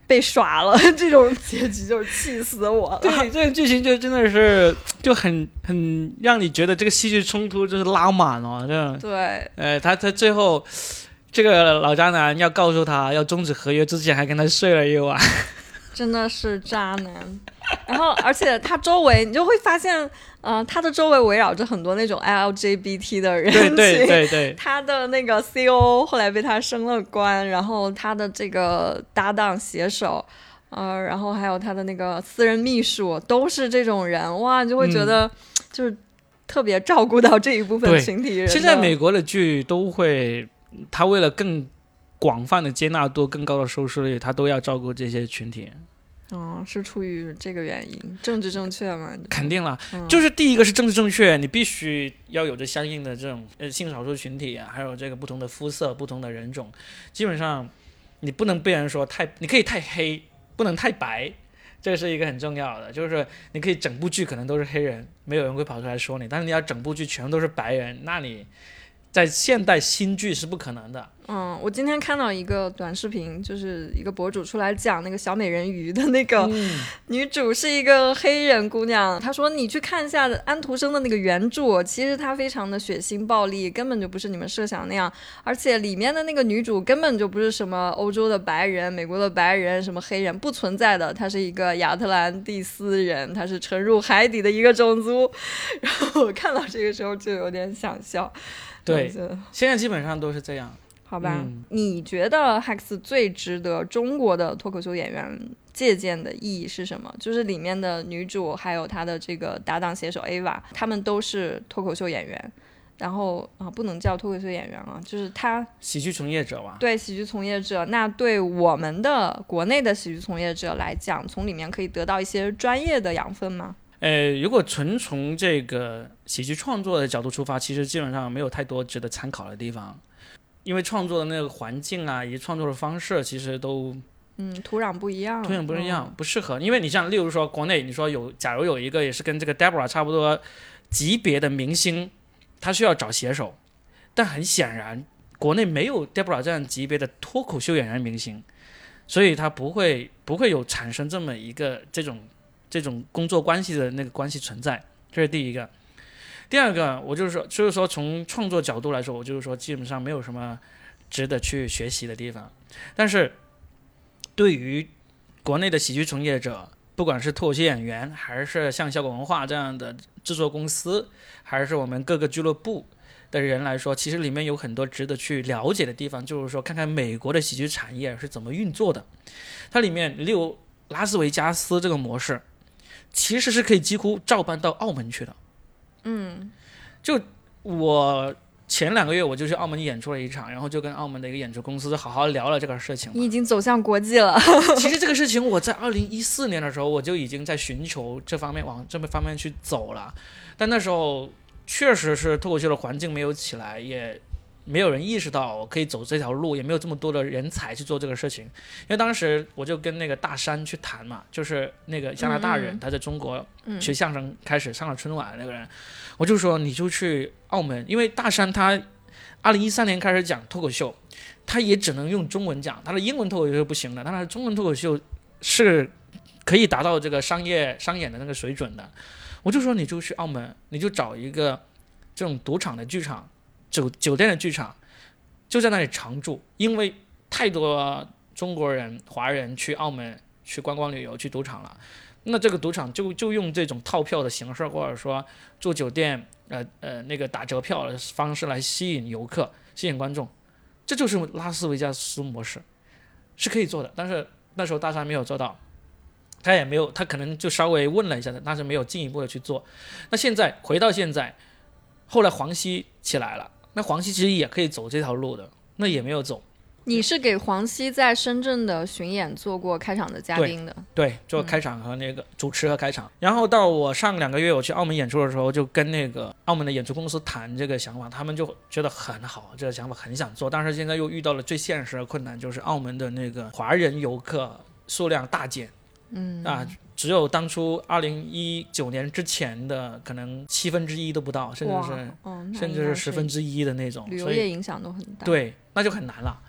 被耍了，这种结局就是气死我了。 对，这个剧情就真的是就很很让你觉得这个戏剧冲突就是拉满了，这样。 对， 呃，他他最后这个老渣男要告诉他要终止合约之前，还跟他睡了一晚。 真的是渣男。然后而且他周围你就会发现呃，他的周围围绕着很多那种 L G B T 的人群， 对对对对， 他的那个 C O O 后来被他升了官，然后他的这个搭档写手呃，然后还有他的那个私人秘书都是这种人，哇，你就会觉得就是特别照顾到这一部分群体人。 现在美国的剧都会，他为了更广泛的接纳度、更高的收视率，他都要照顾这些群体。 哦，是出于这个原因，政治正确吗？ 肯定了、 嗯， 就是第一个是政治正确，你必须要有着相应的这种呃性少数群体啊，还有这个不同的肤色、不同的人种，基本上你不能被人说太，你可以太黑，不能太白，这是一个很重要的。就是你可以整部剧可能都是黑人，没有人会跑出来说你，但是你要整部剧全都是白人，那你在现代新剧是不可能的。 嗯，我今天看到一个短视频，就是一个博主出来讲那个小美人鱼的那个女主是一个黑人姑娘，她说你去看一下安徒生的那个原著，其实它非常的血腥暴力，根本就不是你们设想那样，而且里面的那个女主根本就不是什么欧洲的白人、美国的白人、什么黑人，不存在的，她是一个亚特兰蒂斯人，她是沉入海底的一个种族。然后我看到这个时候就有点想笑。 对，现在基本上都是这样。 好吧、 嗯， 你觉得 Hex 最值得中国的脱口秀演员借鉴的意义是什么？就是里面的女主还有她的这个搭档写手 Ava， 他们都是脱口秀演员，然后啊不能叫脱口秀演员啊，就是他喜剧从业者吧。 对，喜剧从业者。那对我们的国内的喜剧从业者来讲，从里面可以得到一些专业的养分吗？ 呃，如果纯从这个喜剧创作的角度出发，其实基本上没有太多值得参考的地方。因为创作的那个环境啊，以及创作的方式，其实都嗯土壤不一样， 土壤不一样、 嗯， 不适合。因为你像例如说国内，你说有，假如有一个也是跟这个 Deborah 差不多级别的明星，他需要找写手，但很显然国内没有 Deborah 这样级别的脱口秀演员明星，所以他不会不会有产生这么一个这种这种工作关系的那个关系存在，这是第一个。第二个，我就是说，就是说从创作角度来说，我就是说基本上没有什么值得去学习的地方。但是对于国内的喜剧从业者，不管是脱口秀演员，还是像效果文化这样的制作公司，还是我们各个俱乐部的人来说，其实里面有很多值得去了解的地方。就是说看看美国的喜剧产业是怎么运作的，它里面例如拉斯维加斯这个模式其实是可以几乎照搬到澳门去的。 嗯， 就我前两个月我就去澳门演出了一场，然后就跟澳门的一个演出公司好好聊了这个事情。 你已经走向国际了。 其实这个事情我在二零一四年的时候我就已经在寻求这方面往这方面去走了，但那时候确实是脱口秀的环境没有起来，也没有人意识到我可以走这条路，也没有这么多的人才去做这个事情。因为当时我就跟那个大山去谈嘛，就是那个加拿大人， 嗯嗯他在中国学相声开始上了春晚的那个人，我就说你就去澳门，因为大山他二零一三年开始讲脱口秀，他也只能用中文讲，他的英文脱口秀是不行的，但他的中文脱口秀是可以达到这个商业商演的那个水准的。我就说你就去澳门，你就找一个这种赌场的剧场，酒酒店的剧场，就在那里常住，因为太多中国人华人去澳门去观光旅游去赌场了，那这个赌场就就用这种套票的形式，或者说住酒店呃呃那个打折票的方式来吸引游客吸引观众，这就是拉斯维加斯模式，是可以做的。但是那时候大山没有做到，他也没有，他可能就稍微问了一下，但是没有进一步的去做。那现在回到现在，后来黄西起来了，那黄西其实也可以走这条路的，那也没有走。 你是给黄西在深圳的巡演做过开场的嘉宾的？ 对，做开场和那个主持和开场、嗯、然后到我上两个月我去澳门演出的时候，就跟那个澳门的演出公司谈这个想法，他们就觉得很好，这个想法很想做，但是现在又遇到了最现实的困难，就是澳门的那个华人游客数量大减。 嗯啊，只有当初二零一九年之前的可能七分之一都不到，甚至是、 哦、 甚至是十分之一的那种， 旅游业影响都很大。 对，那就很难了。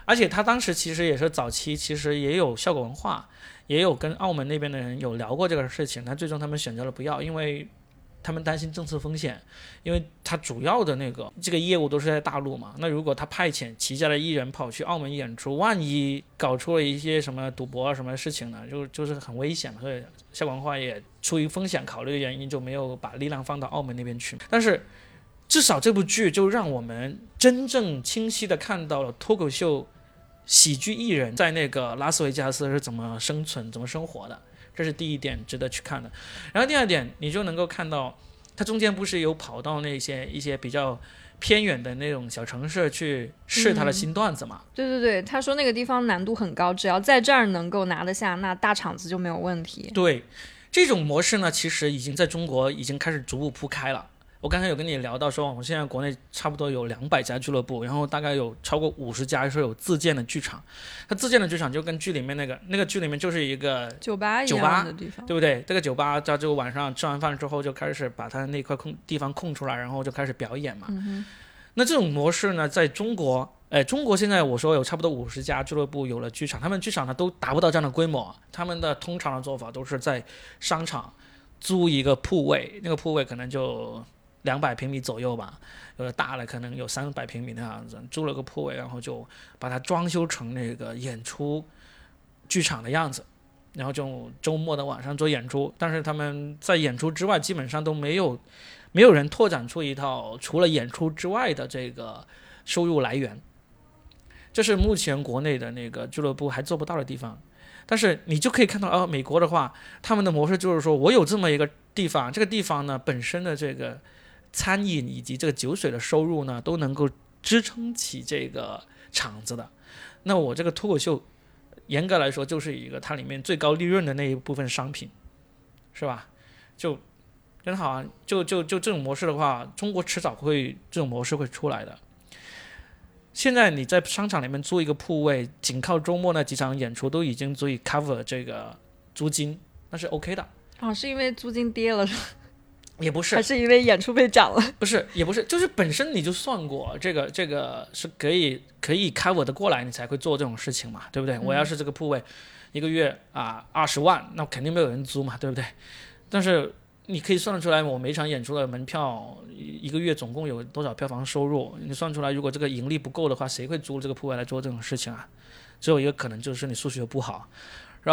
而且他当时其实也是早期，其实也有效果文化，也有跟澳门那边的人有聊过这个事情，但最终他们选择了不要，因为他们担心政策风险，因为他主要的那个这个业务都是在大陆嘛，那如果他派遣旗下的艺人跑去澳门演出，万一搞出了一些什么赌博啊什么事情呢，就就是很危险嘛，所以效果文化也出于风险考虑的原因，就没有把力量放到澳门那边去。但是至少这部剧就让我们真正清晰的看到了脱口秀喜剧艺人在那个拉斯维加斯是怎么生存怎么生活的，这是第一点值得去看的。然后第二点，你就能够看到他中间不是有跑到那些一些比较偏远的那种小城市去试他的新段子嘛、 嗯、对对对，他说那个地方难度很高，只要在这儿能够拿得下，那大场子就没有问题。 对，这种模式呢其实已经在中国已经开始逐步铺开了。我刚才有跟你聊到说，我们现在国内差不多有两百家俱乐部，然后大概有超过五十家是有自建的剧场。它自建的剧场就跟剧里面那个那个剧里面就是一个酒吧一样的地方， 对不对？这个酒吧它就晚上吃完饭之后就开始把它那块空地方空出来，然后就开始表演嘛。 嗯、 那这种模式呢，在中国，哎，中国现在我说有差不多五十家俱乐部有了剧场，他们剧场呢都达不到这样的规模，他们的通常的做法都是在商场租一个铺位，那个铺位可能就两百平米左右吧，有的大了可能有三百平米那样子，租了个铺位，然后就把它装修成那个演出剧场的样子，然后就周末的晚上做演出。但是他们在演出之外，基本上都没有没有人拓展出一套除了演出之外的这个收入来源，这是目前国内的那个俱乐部还做不到的地方。但是你就可以看到，哦，美国的话，他们的模式就是说，我有这么一个地方，这个地方呢本身的这个餐饮以及这个酒水的收入呢，都能够支撑起这个场子的。那我这个脱口秀，严格来说就是一个它里面最高利润的那一部分商品，是吧？就很好啊，就就就这种模式的话，中国迟早会这种模式会出来的。现在你在商场里面租一个铺位，仅靠周末那几场演出都已经足以 cover 这个租金，那是 OK 的。 哦，是因为租金跌了是吧？ 也不是， 还是因为演出费涨了？ 不是，也不是，就是本身你就算过这个这个是可以可以 cover 的过来，你才会做这种事情嘛，对不对？嗯、我要是这个铺位一个月啊二十万，那肯定没有人租嘛，对不对？但是你可以算得出来，我每场演出的门票一个月总共有多少票房收入？你算出来，如果这个盈利不够的话，谁会租这个铺位来做这种事情啊？只有一个可能，就是你数学不好，是吧？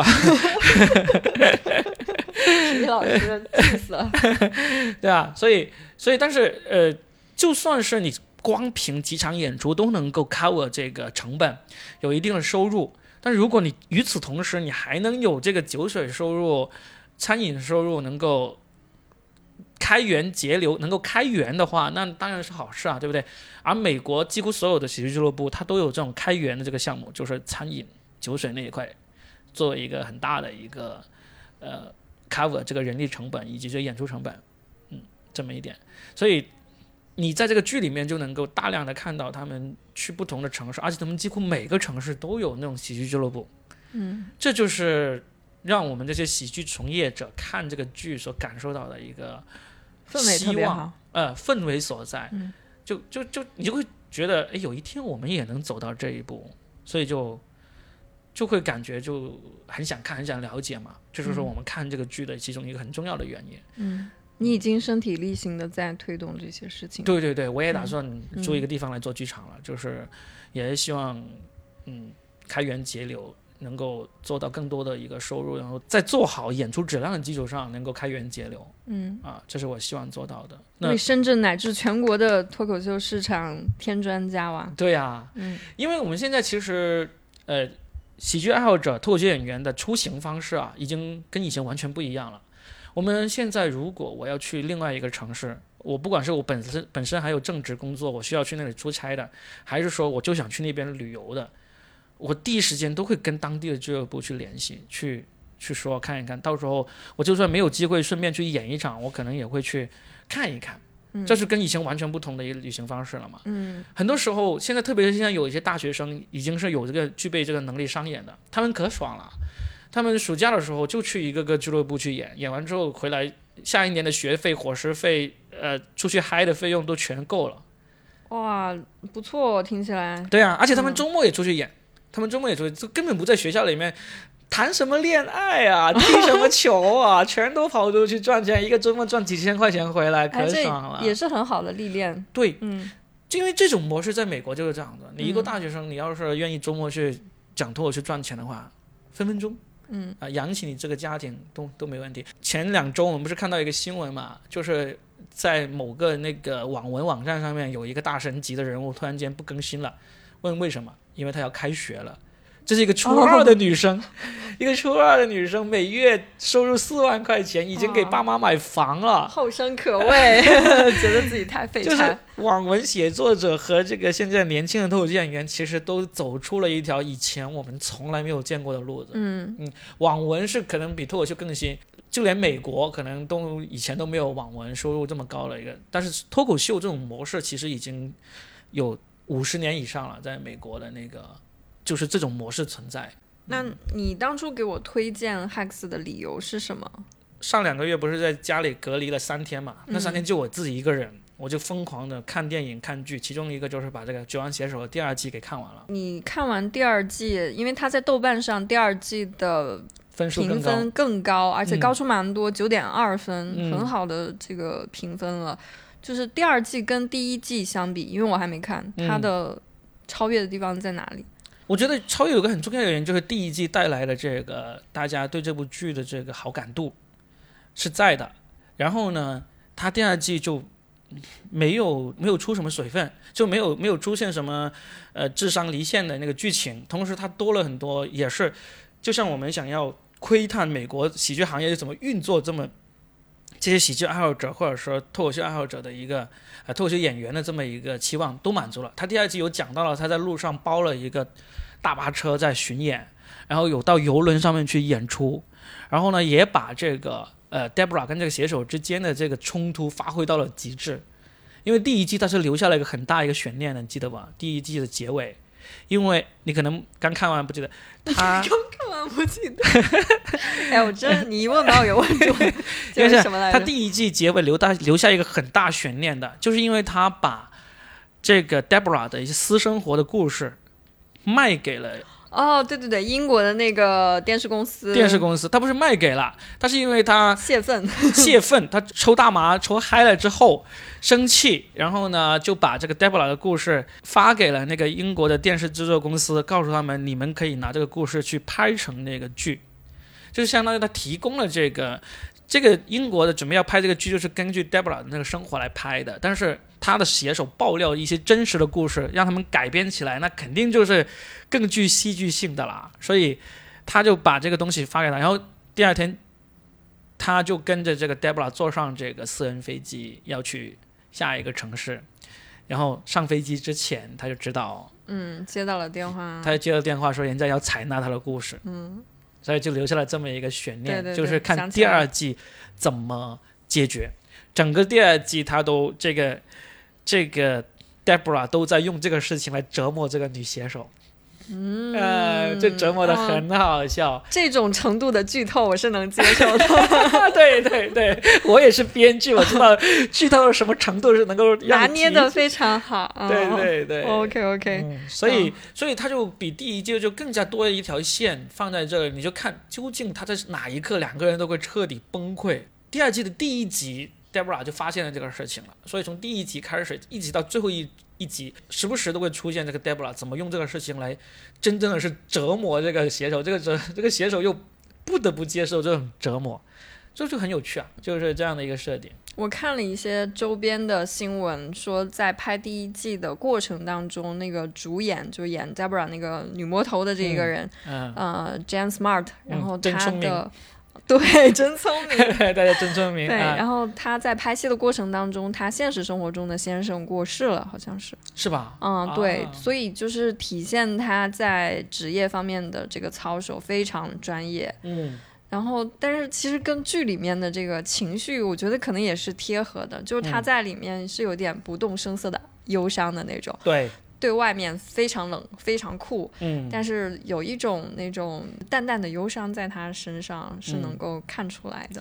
体育老师气死了。 对啊，所以所以但是呃，就算是你光凭几场演出都能够 cover 这个成本，有一定的收入，但如果你与此同时你还能有这个酒水收入、餐饮收入，能够开源节流，能够开源的话，那当然是好事啊，对不对？而美国几乎所有的喜剧俱乐部它都有这种开源的这个项目，就是餐饮酒水那一块作为一个很大的一个呃 cover 这个人力成本以及这个演出成本，嗯，这么一点。所以你在这个剧里面就能够大量的看到他们去不同的城市，而且他们几乎每个城市都有那种喜剧俱乐部， 嗯， 这就是让我们这些喜剧从业者看这个剧所感受到的一个氛围特别好， 呃，氛围所在， 嗯、 就就就你就会觉得，哎，有一天我们也能走到这一步，所以就就会感觉就很想看，很想了解嘛。这就是说我们看这个剧的其中一个很重要的原因。 嗯，你已经身体力行的在推动这些事情。 对对对，我也打算租一个地方来做剧场了，嗯、就是也是希望，嗯，开源节流。能够做到更多的一个收入，然后在做好演出质量的基础上能够开源节流， 嗯啊，这是我希望做到的。那为深圳乃至全国的脱口秀市场添砖加瓦。 对呀、啊， 嗯， 因为我们现在其实呃，喜剧爱好者、脱口秀演员的出行方式啊，已经跟以前完全不一样了。我们现在如果我要去另外一个城市，我不管是我本身本身还有正职工作，我需要去那里出差的，还是说我就想去那边旅游的。我第一时间都会跟当地的俱乐部去联系，去去说看一看，到时候我就算没有机会顺便去演一场，我可能也会去看一看。嗯、这是跟以前完全不同的一个旅行方式了嘛。 嗯， 很多时候现在，特别是现在有一些大学生已经是有这个具备这个能力商演的，他们可爽了。他们暑假的时候就去一个个俱乐部去演，演完之后回来，下一年的学费、伙食费，呃，出去嗨的费用都全够了。 哇，不错，听起来。 对啊，而且他们周末也出去演。嗯他们周末演出就根本不在学校里面谈什么恋爱啊，踢什么球啊，全都跑出去赚钱，一个周末赚几千块钱回来，可爽了。 哎、也是很好的历练。 对， 嗯， 因为这种模式在美国就是这样的。你一个大学生，嗯、你要是愿意周末去讲脱口秀赚钱的话，分分钟， 嗯啊，养起你这个家庭都都没问题。前两周我们不是看到一个新闻嘛，就是在某个那个网文网站上面有一个大神级的人物突然间不更新了，问为什么？因为他要开学了。这是一个初二的女生、哦、一个初二的女生每月收入四万块钱，已经给爸妈买房了、哦、 后生可畏觉得自己太废柴。 就是网文写作者和这个现在年轻的脱口秀演员其实都走出了一条以前我们从来没有见过的路子。 嗯嗯，网文是可能比脱口秀更新，就连美国可能都以前都没有网文收入这么高的一个，但是脱口秀这种模式其实已经有五十年以上了，在美国的那个就是这种模式存在。 那你当初给我推荐 Hex 的理由是什么？ 上两个月不是在家里隔离了三天嘛，那三天就我自己一个人、嗯、我就疯狂的看电影看剧，其中一个就是把这个《九阳写手》的第二季给看完了。 你看完第二季，因为他在豆瓣上第二季的分数评分更高，而且高出蛮多，九点二分、 嗯、 很好的这个评分了。就是第二季跟第一季相比，因为我还没看，它的超越的地方在哪里？ 我觉得超越有个很重要的原因，就是第一季带来的这个大家对这部剧的这个好感度是在的，然后呢它第二季就没有没有出什么水分，就没有没有出现什么呃智商离线的那个剧情，同时它多了很多，也是就像我们想要窥探美国喜剧行业是怎么运作，这么这些喜剧爱好者或者说脱口秀爱好者的一个呃脱口秀演员的这么一个期望都满足了。他第二季有讲到了他在路上包了一个大巴车在巡演，然后有到邮轮上面去演出，然后呢也把这个呃 Deborah 跟这个写手之间的这个冲突发挥到了极致。因为第一季它是留下了一个很大一个悬念的，你记得吧？第一季的结尾，因为你可能刚看完不记得他刚看完不记得哎，我真的你一问把我给问住了这是什么来着？ 他第一季结尾留大留下一个很大悬念的，就是因为他把这个 Deborah 的一些私生活的故事卖给了哦，对对对，英国的那个电视公司电视公司他不是卖给了，他是因为他泄愤泄愤他抽大麻抽嗨了之后生气，然后呢就把这个 Deborah 的故事发给了那个英国的电视制作公司，告诉他们你们可以拿这个故事去拍成那个剧，就是相当于他提供了这个这个英国的准备要拍这个剧就是根据 Deborah 的那个生活来拍的，但是他的写手爆料一些真实的故事让他们改编起来，那肯定就是更具戏剧性的啦，所以他就把这个东西发给他，然后第二天他就跟着这个 Deborah 坐上这个私人飞机要去下一个城市，然后上飞机之前他就知道嗯接到了电话， 他就接到电话说人家要采纳他的故事， 嗯， 所以就留下了这么一个悬念， 对对对， 就是看第二季怎么解决。整个第二季他都这个这个 Deborah 都在用这个事情来折磨这个女写手， 嗯， 呃，这折磨得很好笑、哦。 这种程度的剧透我是能接受的。 对对对，我也是编剧，我知道剧透到什么程度是能够让拿捏得非常好。 对对对 ，OK OK、 嗯。所以、嗯、所以他就比第一季就更加多了一条线放在这里，你就看究竟他在哪一刻两个人都会彻底崩溃。第二季的第一集 Deborah 就发现了这个事情了，所以从第一集开始一直到最后一一集时不时都会出现这个 Deborah 怎么用这个事情来真正的是折磨这个写手，这个折这个写手又不得不接受这种折磨，这就很有趣啊，就是这样的一个设定。 我看了一些周边的新闻说在拍第一季的过程当中，那个主演就演 Deborah 那个女魔头的这一个人、嗯嗯、呃 Jan Smart， 然后他的、嗯对，真聪明， 大家真聪明。 对、 啊， 然后他在拍戏的过程当中，他现实生活中的先生过世了，好像是。 是吧？ 嗯，对， 啊、 所以就是体现他在职业方面的这个操守非常专业。 嗯。 然后，但是其实跟剧里面的这个情绪，我觉得可能也是贴合的，就是他在里面是有点不动声色的忧伤的那种。 对。 对外面非常冷非常酷、 嗯、 但是有一种那种淡淡的忧伤在他身上是能够看出来的、嗯、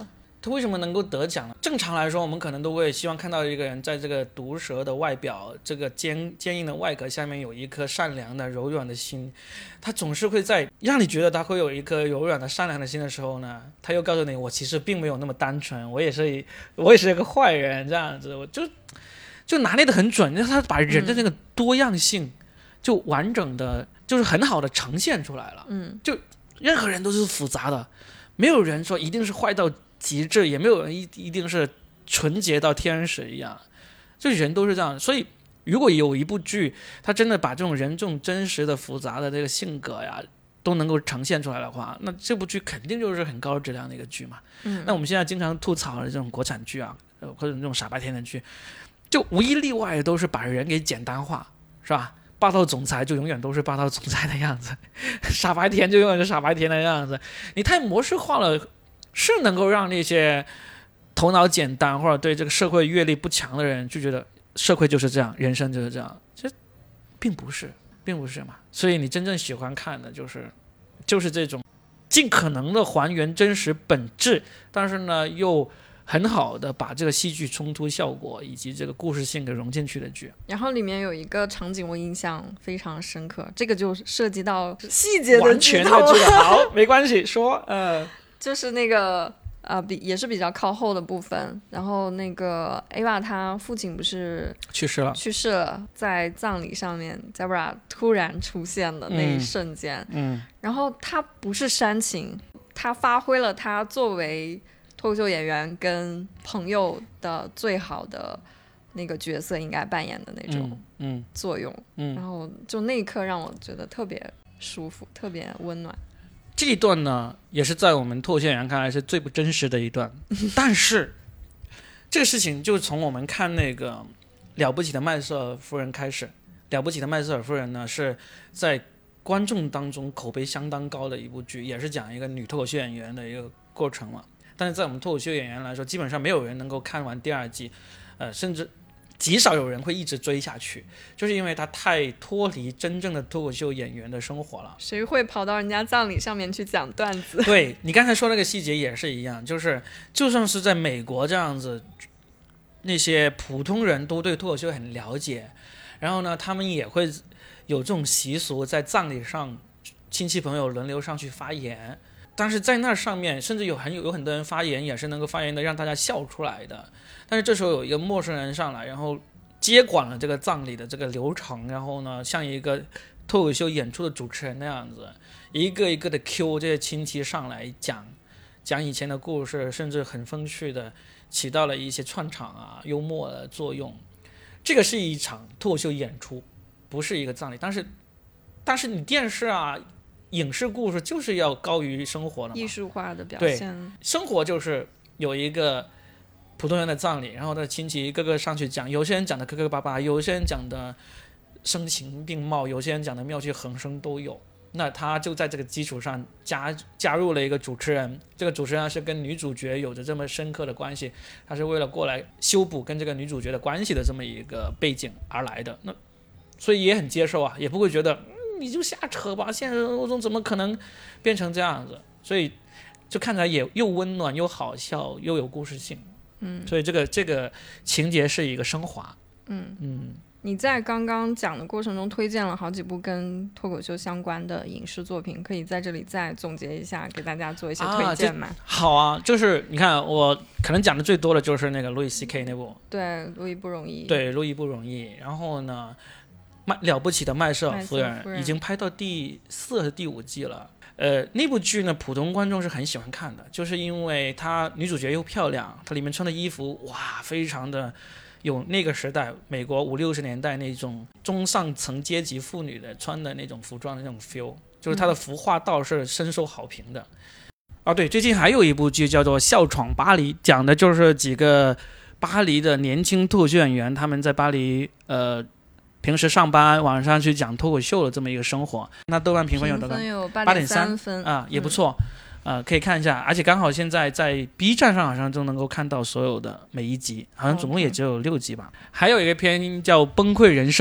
他为什么能够得奖呢？正常来说，我们可能都会希望看到一个人在这个毒蛇的外表，这个坚坚硬的外壳下面有一颗善良的柔软的心。他总是会在让你觉得他会有一颗柔软的善良的心的时候呢，他又告诉你，我其实并没有那么单纯，我也是我也是一个坏人，这样子。我就就拿捏得很准，他把人的那个多样性就完整的就是很好的呈现出来了。 嗯， 就任何人都是复杂的，没有人说一定是坏到极致，也没有人一一定是纯洁到天使一样，就人都是这样。所以如果有一部剧他真的把这种人这种真实的复杂的这个性格呀都能够呈现出来的话，那这部剧肯定就是很高质量的一个剧嘛。 嗯， 那我们现在经常吐槽的这种国产剧啊，或者这种傻白甜的剧，就无一例外都是把人给简单化，是吧？霸道总裁就永远都是霸道总裁的样子，傻白甜就永远是傻白甜的样子。你太模式化了，是能够让那些头脑简单或者对这个社会阅历不强的人就觉得社会就是这样，人生就是这样，这并不是，并不是嘛。所以你真正喜欢看的就是就是这种尽可能的还原真实本质，但是呢又很好的把这个戏剧冲突效果以及这个故事性给融进去的剧。 然后里面有一个场景我印象非常深刻，这个就涉及到细节的完全的剧透。好，没关系，说，呃， 就是那个呃，比也是比较靠后的部分。然后那个 Ava 她父亲不是去世了， 去世了，在葬礼上面 Zebra 突然出现的那一瞬间， 嗯， 然后他不是煽情，他发挥了他作为脱口秀演员跟朋友的最好的那个角色应该扮演的那种作用， 嗯嗯嗯、 然后就那一刻让我觉得特别舒服，特别温暖。 这一段呢也是在我们脱口秀演员看来是最不真实的一段但是这个事情就从我们看那个了不起的麦瑟尔夫人开始。了不起的麦瑟尔夫人呢是在观众当中口碑相当高的一部剧，也是讲一个女脱口秀演员的一个过程嘛。但是在我们脱口秀演员来说，基本上没有人能够看完第二季，呃，甚至极少有人会一直追下去，就是因为它太脱离真正的脱口秀演员的生活了。 谁会跑到人家葬礼上面去讲段子？ 对，你刚才说那个细节也是一样，就是就算是在美国这样子，那些普通人都对脱口秀很了解，然后呢，他们也会有这种习俗，在葬礼上亲戚朋友轮流上去发言。但是在那上面甚至有很有有很多人发言也是能够发言的让大家笑出来的，但是这时候有一个陌生人上来，然后接管了这个葬礼的这个流程，然后呢像一个脱口秀演出的主持人那样子，一个一个的 Q 这些亲戚上来讲讲以前的故事，甚至很风趣的起到了一些串场啊幽默的作用。这个是一场脱口秀演出，不是一个葬礼。但是但是你电视啊影视故事就是要高于生活的嘛， 艺术化的表现。 对，生活就是有一个普通人的葬礼，然后他亲戚一个个上去讲，有些人讲的磕磕巴巴，有些人讲的声情并茂，有些人讲的妙趣横生都有。那他就在这个基础上加加入了一个主持人，这个主持人是跟女主角有着这么深刻的关系，他是为了过来修补跟这个女主角的关系的这么一个背景而来的，那所以也很接受啊，也不会觉得你就瞎扯吧，现实生活中怎么可能变成这样子？所以就看起来也又温暖又好笑又有故事性。 嗯， 所以这个这个情节是一个升华。 嗯嗯， 你在刚刚讲的过程中推荐了好几部跟脱口秀相关的影视作品，可以在这里再总结一下，给大家做一些推荐吗？ 啊、好啊，就是你看我可能讲的最多的就是那个路易 C K 那部， 对，路易不容易， 对，路易不容易。然后呢麦了不起的麦瑟尔夫人已经拍到第四和第五季了。呃，那部剧呢，普通观众是很喜欢看的，就是因为她女主角又漂亮，她里面穿的衣服哇，非常的有那个时代美国五六十年代那种中上层阶级妇女的穿的那种服装的那种 feel， 就是她的服化道是深受好评的。嗯、啊，对，最近还有一部剧叫做《笑闯巴黎》，讲的就是几个巴黎的年轻脱口秀演员，他们在巴黎呃。平时上班晚上去讲脱口秀的这么一个生活，那豆瓣评分有多高？ 八点三分啊，也不错、嗯呃，可以看一下。而且刚好现在在 B 站上好像都能够看到所有的每一集，好像总共也只有六集吧。Okay. 还有一个片叫《崩溃人生》，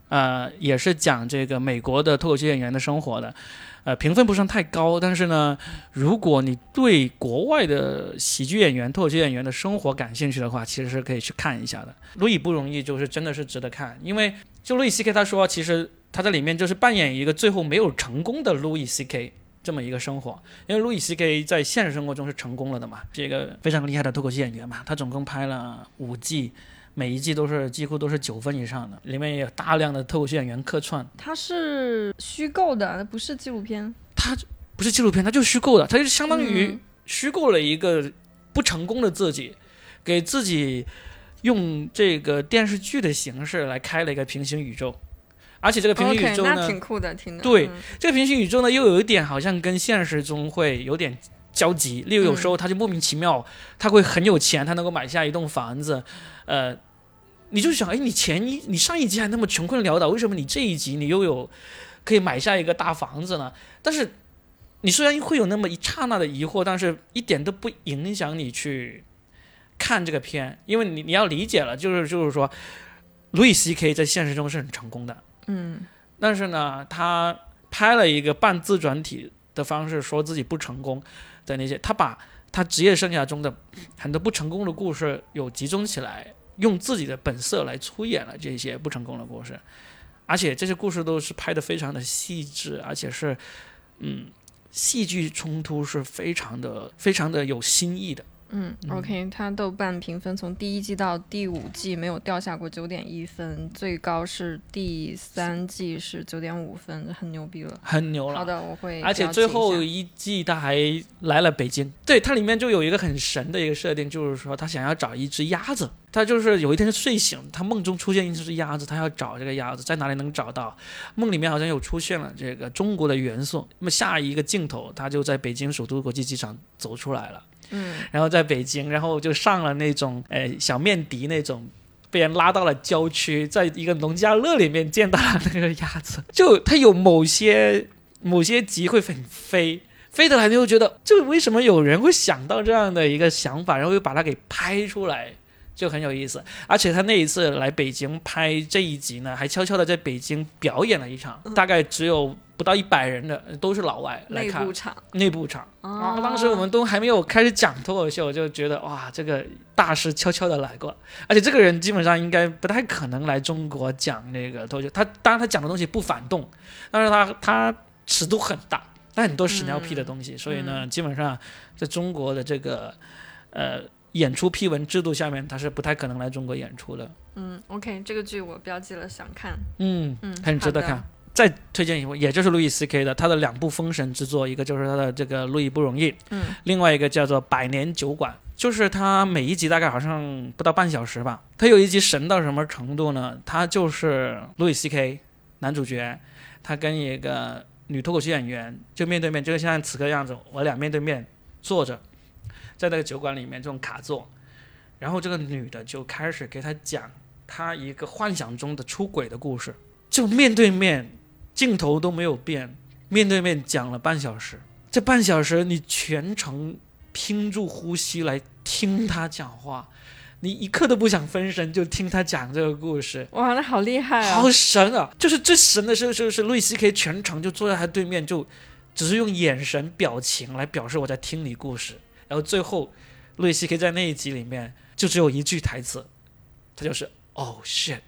呃，也是讲这个美国的脱口秀演员的生活的，呃，评分不算太高，但是呢，如果你对国外的喜剧演员、脱口秀演员的生活感兴趣的话，其实是可以去看一下的。路易不容易，就是真的是值得看，因为就路易 C K 他说，其实他在里面就是扮演一个最后没有成功的路易 C K。这么一个生活，因为路易 C K 在现实生活中是成功了的嘛，这个非常厉害的脱口秀演员嘛，他总共拍了五季，每一季都是几乎都是九分以上的，里面也有大量的脱口秀演员客串。 它是虚构的，不是纪录片。 它不是纪录片，它就是虚构的，它就相当于虚构了一个不成功的自己，嗯、给自己用这个电视剧的形式来开了一个平行宇宙。而且这个平行宇宙呢， okay, 那挺酷的，听的。 对、 嗯，这个平行宇宙呢，又有一点好像跟现实中会有点交集。例如有时候他就莫名其妙，嗯、他会很有钱，他能够买下一栋房子，呃，你就想，哎，你前一你上一集还那么穷困潦倒，为什么你这一集你又有可以买下一个大房子呢？但是你虽然会有那么一刹那的疑惑，但是一点都不影响你去看这个片，因为你你要理解了，就是就是说，路易 C K 在现实中是很成功的。 嗯， 但是呢，他拍了一个半自传体的方式，说自己不成功的那些，他把他职业生涯中的很多不成功的故事有集中起来，用自己的本色来出演了这些不成功的故事，而且这些故事都是拍得非常的细致，而且是嗯，戏剧冲突是非常的非常的有新意的。 嗯 ，OK， 它豆瓣评分从第一季到第五季没有掉下过九点一分，最高是第三季是九点五分，很牛逼了， 很牛了。 好的，我会。 而且最后一季他还来了北京，对，它里面就有一个很神的一个设定，就是说他想要找一只鸭子，他就是有一天睡醒，他梦中出现一只鸭子，他要找这个鸭子在哪里能找到，梦里面好像有出现了这个中国的元素，那么下一个镜头他就在北京首都国际机场走出来了。 嗯， 然后在北京，然后就上了那种呃小面的那种，被人拉到了郊区，在一个农家乐里面见到了那个鸭子，就它有某些某些集会很飞飞得来，你就觉得就为什么有人会想到这样的一个想法，然后又把它给拍出来，就很有意思。而且他那一次来北京拍这一集呢，还悄悄的在北京表演了一场，嗯、大概只有不到一百人的，都是老外来看。 内部场， 内部场。 哦、 然后当时我们都还没有开始讲脱口秀，就觉得哇，这个大师悄悄的来过。而且这个人基本上应该不太可能来中国讲那个脱口秀。他当然他讲的东西不反动，但是他他尺度很大，他很多屎尿屁的东西，嗯、所以呢，嗯、基本上在中国的这个呃演出批文制度下面，他是不太可能来中国演出的。 嗯 ，OK， 这个剧我标记了，想看。 嗯嗯，很值得看。再推荐一部，也就是路易 C K 的，他的两部封神之作，一个就是他的这个《路易不容易》， 嗯， 另外一个叫做《百年酒馆》，就是他每一集大概好像不到半小时吧。他有一集神到什么程度呢？他就是路易 C K 男主角，他跟一个女脱口秀演员就面对面，就是像此刻样子，我俩面对面坐着，在那个酒馆里面这种卡座，然后这个女的就开始给他讲他一个幻想中的出轨的故事，就面对面。镜头都没有变，面对面讲了半小时，这半小时你全程拼住呼吸来听他讲话，你一刻都不想分神，就听他讲这个故事。 哇，那好厉害啊！ 好神啊！就是最神的是，就是路易 C K 全程就坐在他对面，就只是用眼神表情来表示我在听你故事。然后最后，路易 C K 在那一集里面就只有一句台词，他就是 "Oh shit"。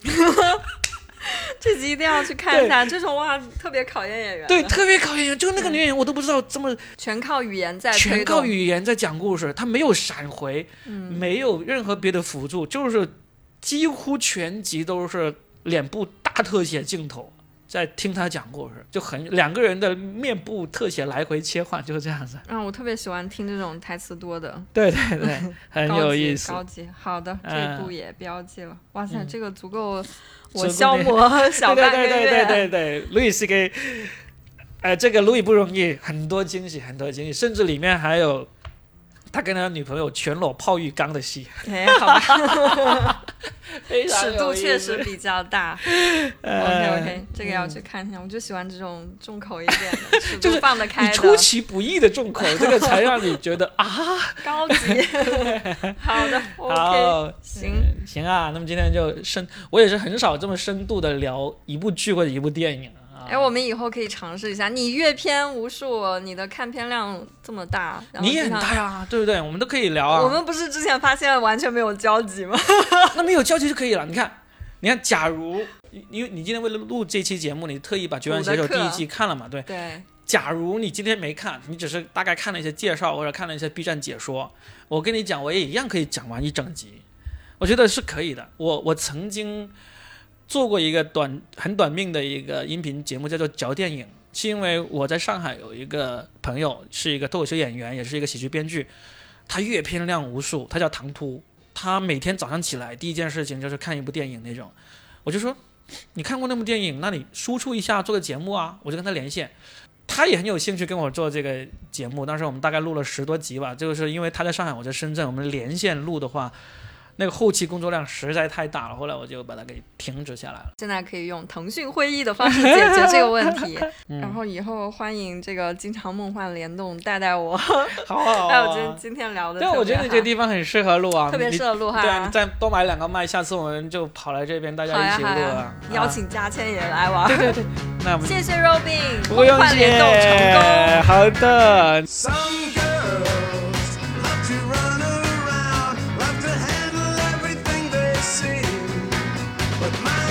这集一定要去看一下，这种哇特别考验演员。 对，特别考验演员，就那个女演员我都不知道这么全靠语言在全靠语言在讲故事，她没有闪回，嗯、没有任何别的辅助，就是几乎全集都是脸部大特写镜头在听她讲故事，就很两个人的面部特写来回切换，就是这样子。 嗯，我特别喜欢听这种台词多的。 对对对，很有意思。 高级，高级好的，这部也标记了。嗯、哇塞，这个足够。我消磨小半个月。 对对对对对对，路易 C K， 呃，这个路易不容易，很多惊喜，很多惊喜，甚至里面还有他跟他女朋友全裸泡浴缸的戏。 哎，好吧。 尺度确实比较大。OK OK， 这个要嗯去看一下。我就喜欢这种重口一点的，尺度放得开的， 你出其不意的重口，这个才让你觉得啊高级。好的 ，OK， 好行、 嗯、行啊。那么今天就深，我也是很少这么深度的聊一部剧或者一部电影。 哎，我们以后可以尝试一下。你阅片无数，你的看片量这么大， 你也很大呀，对不对？我们都可以聊啊。 我们不是之前发现完全没有交集吗？ 那没有交集就可以了。你看，你看，假如因为你今天为了录这期节目，你特意把《绝望写手》第一季看了嘛？对。 对。 假如你今天没看，你只是大概看了一些介绍或者看了一些 B 站解说，我跟你讲，我也一样可以讲完一整集，我觉得是可以的。我我曾经做过一个短很短命的一个音频节目，叫做嚼电影，是因为我在上海有一个朋友是一个脱口秀演员，也是一个喜剧编剧，他阅片量无数，他叫唐突，他每天早上起来第一件事情就是看一部电影那种。我就说你看过那部电影，那你输出一下做个节目啊，我就跟他连线，他也很有兴趣跟我做这个节目。当时我们大概录了十多集吧，就是因为他在上海我在深圳，我们连线录的话那个后期工作量实在太大了，后来我就把它给停止下来了。 现在可以用腾讯会议的方式解决这个问题。 嗯、 然后以后欢迎这个经常梦幻联动带带我。 好好啊。 还有今今天聊的， 对，我觉得这个地方很适合录啊， 特别适合录哈。 对，你再多买两个麦，下次我们就跑来这边大家一起录啊。 啊邀请嘉谦也来玩。 对对对，那我们谢谢 Robin， 不用谢， 梦幻联动成功。 好的。 But my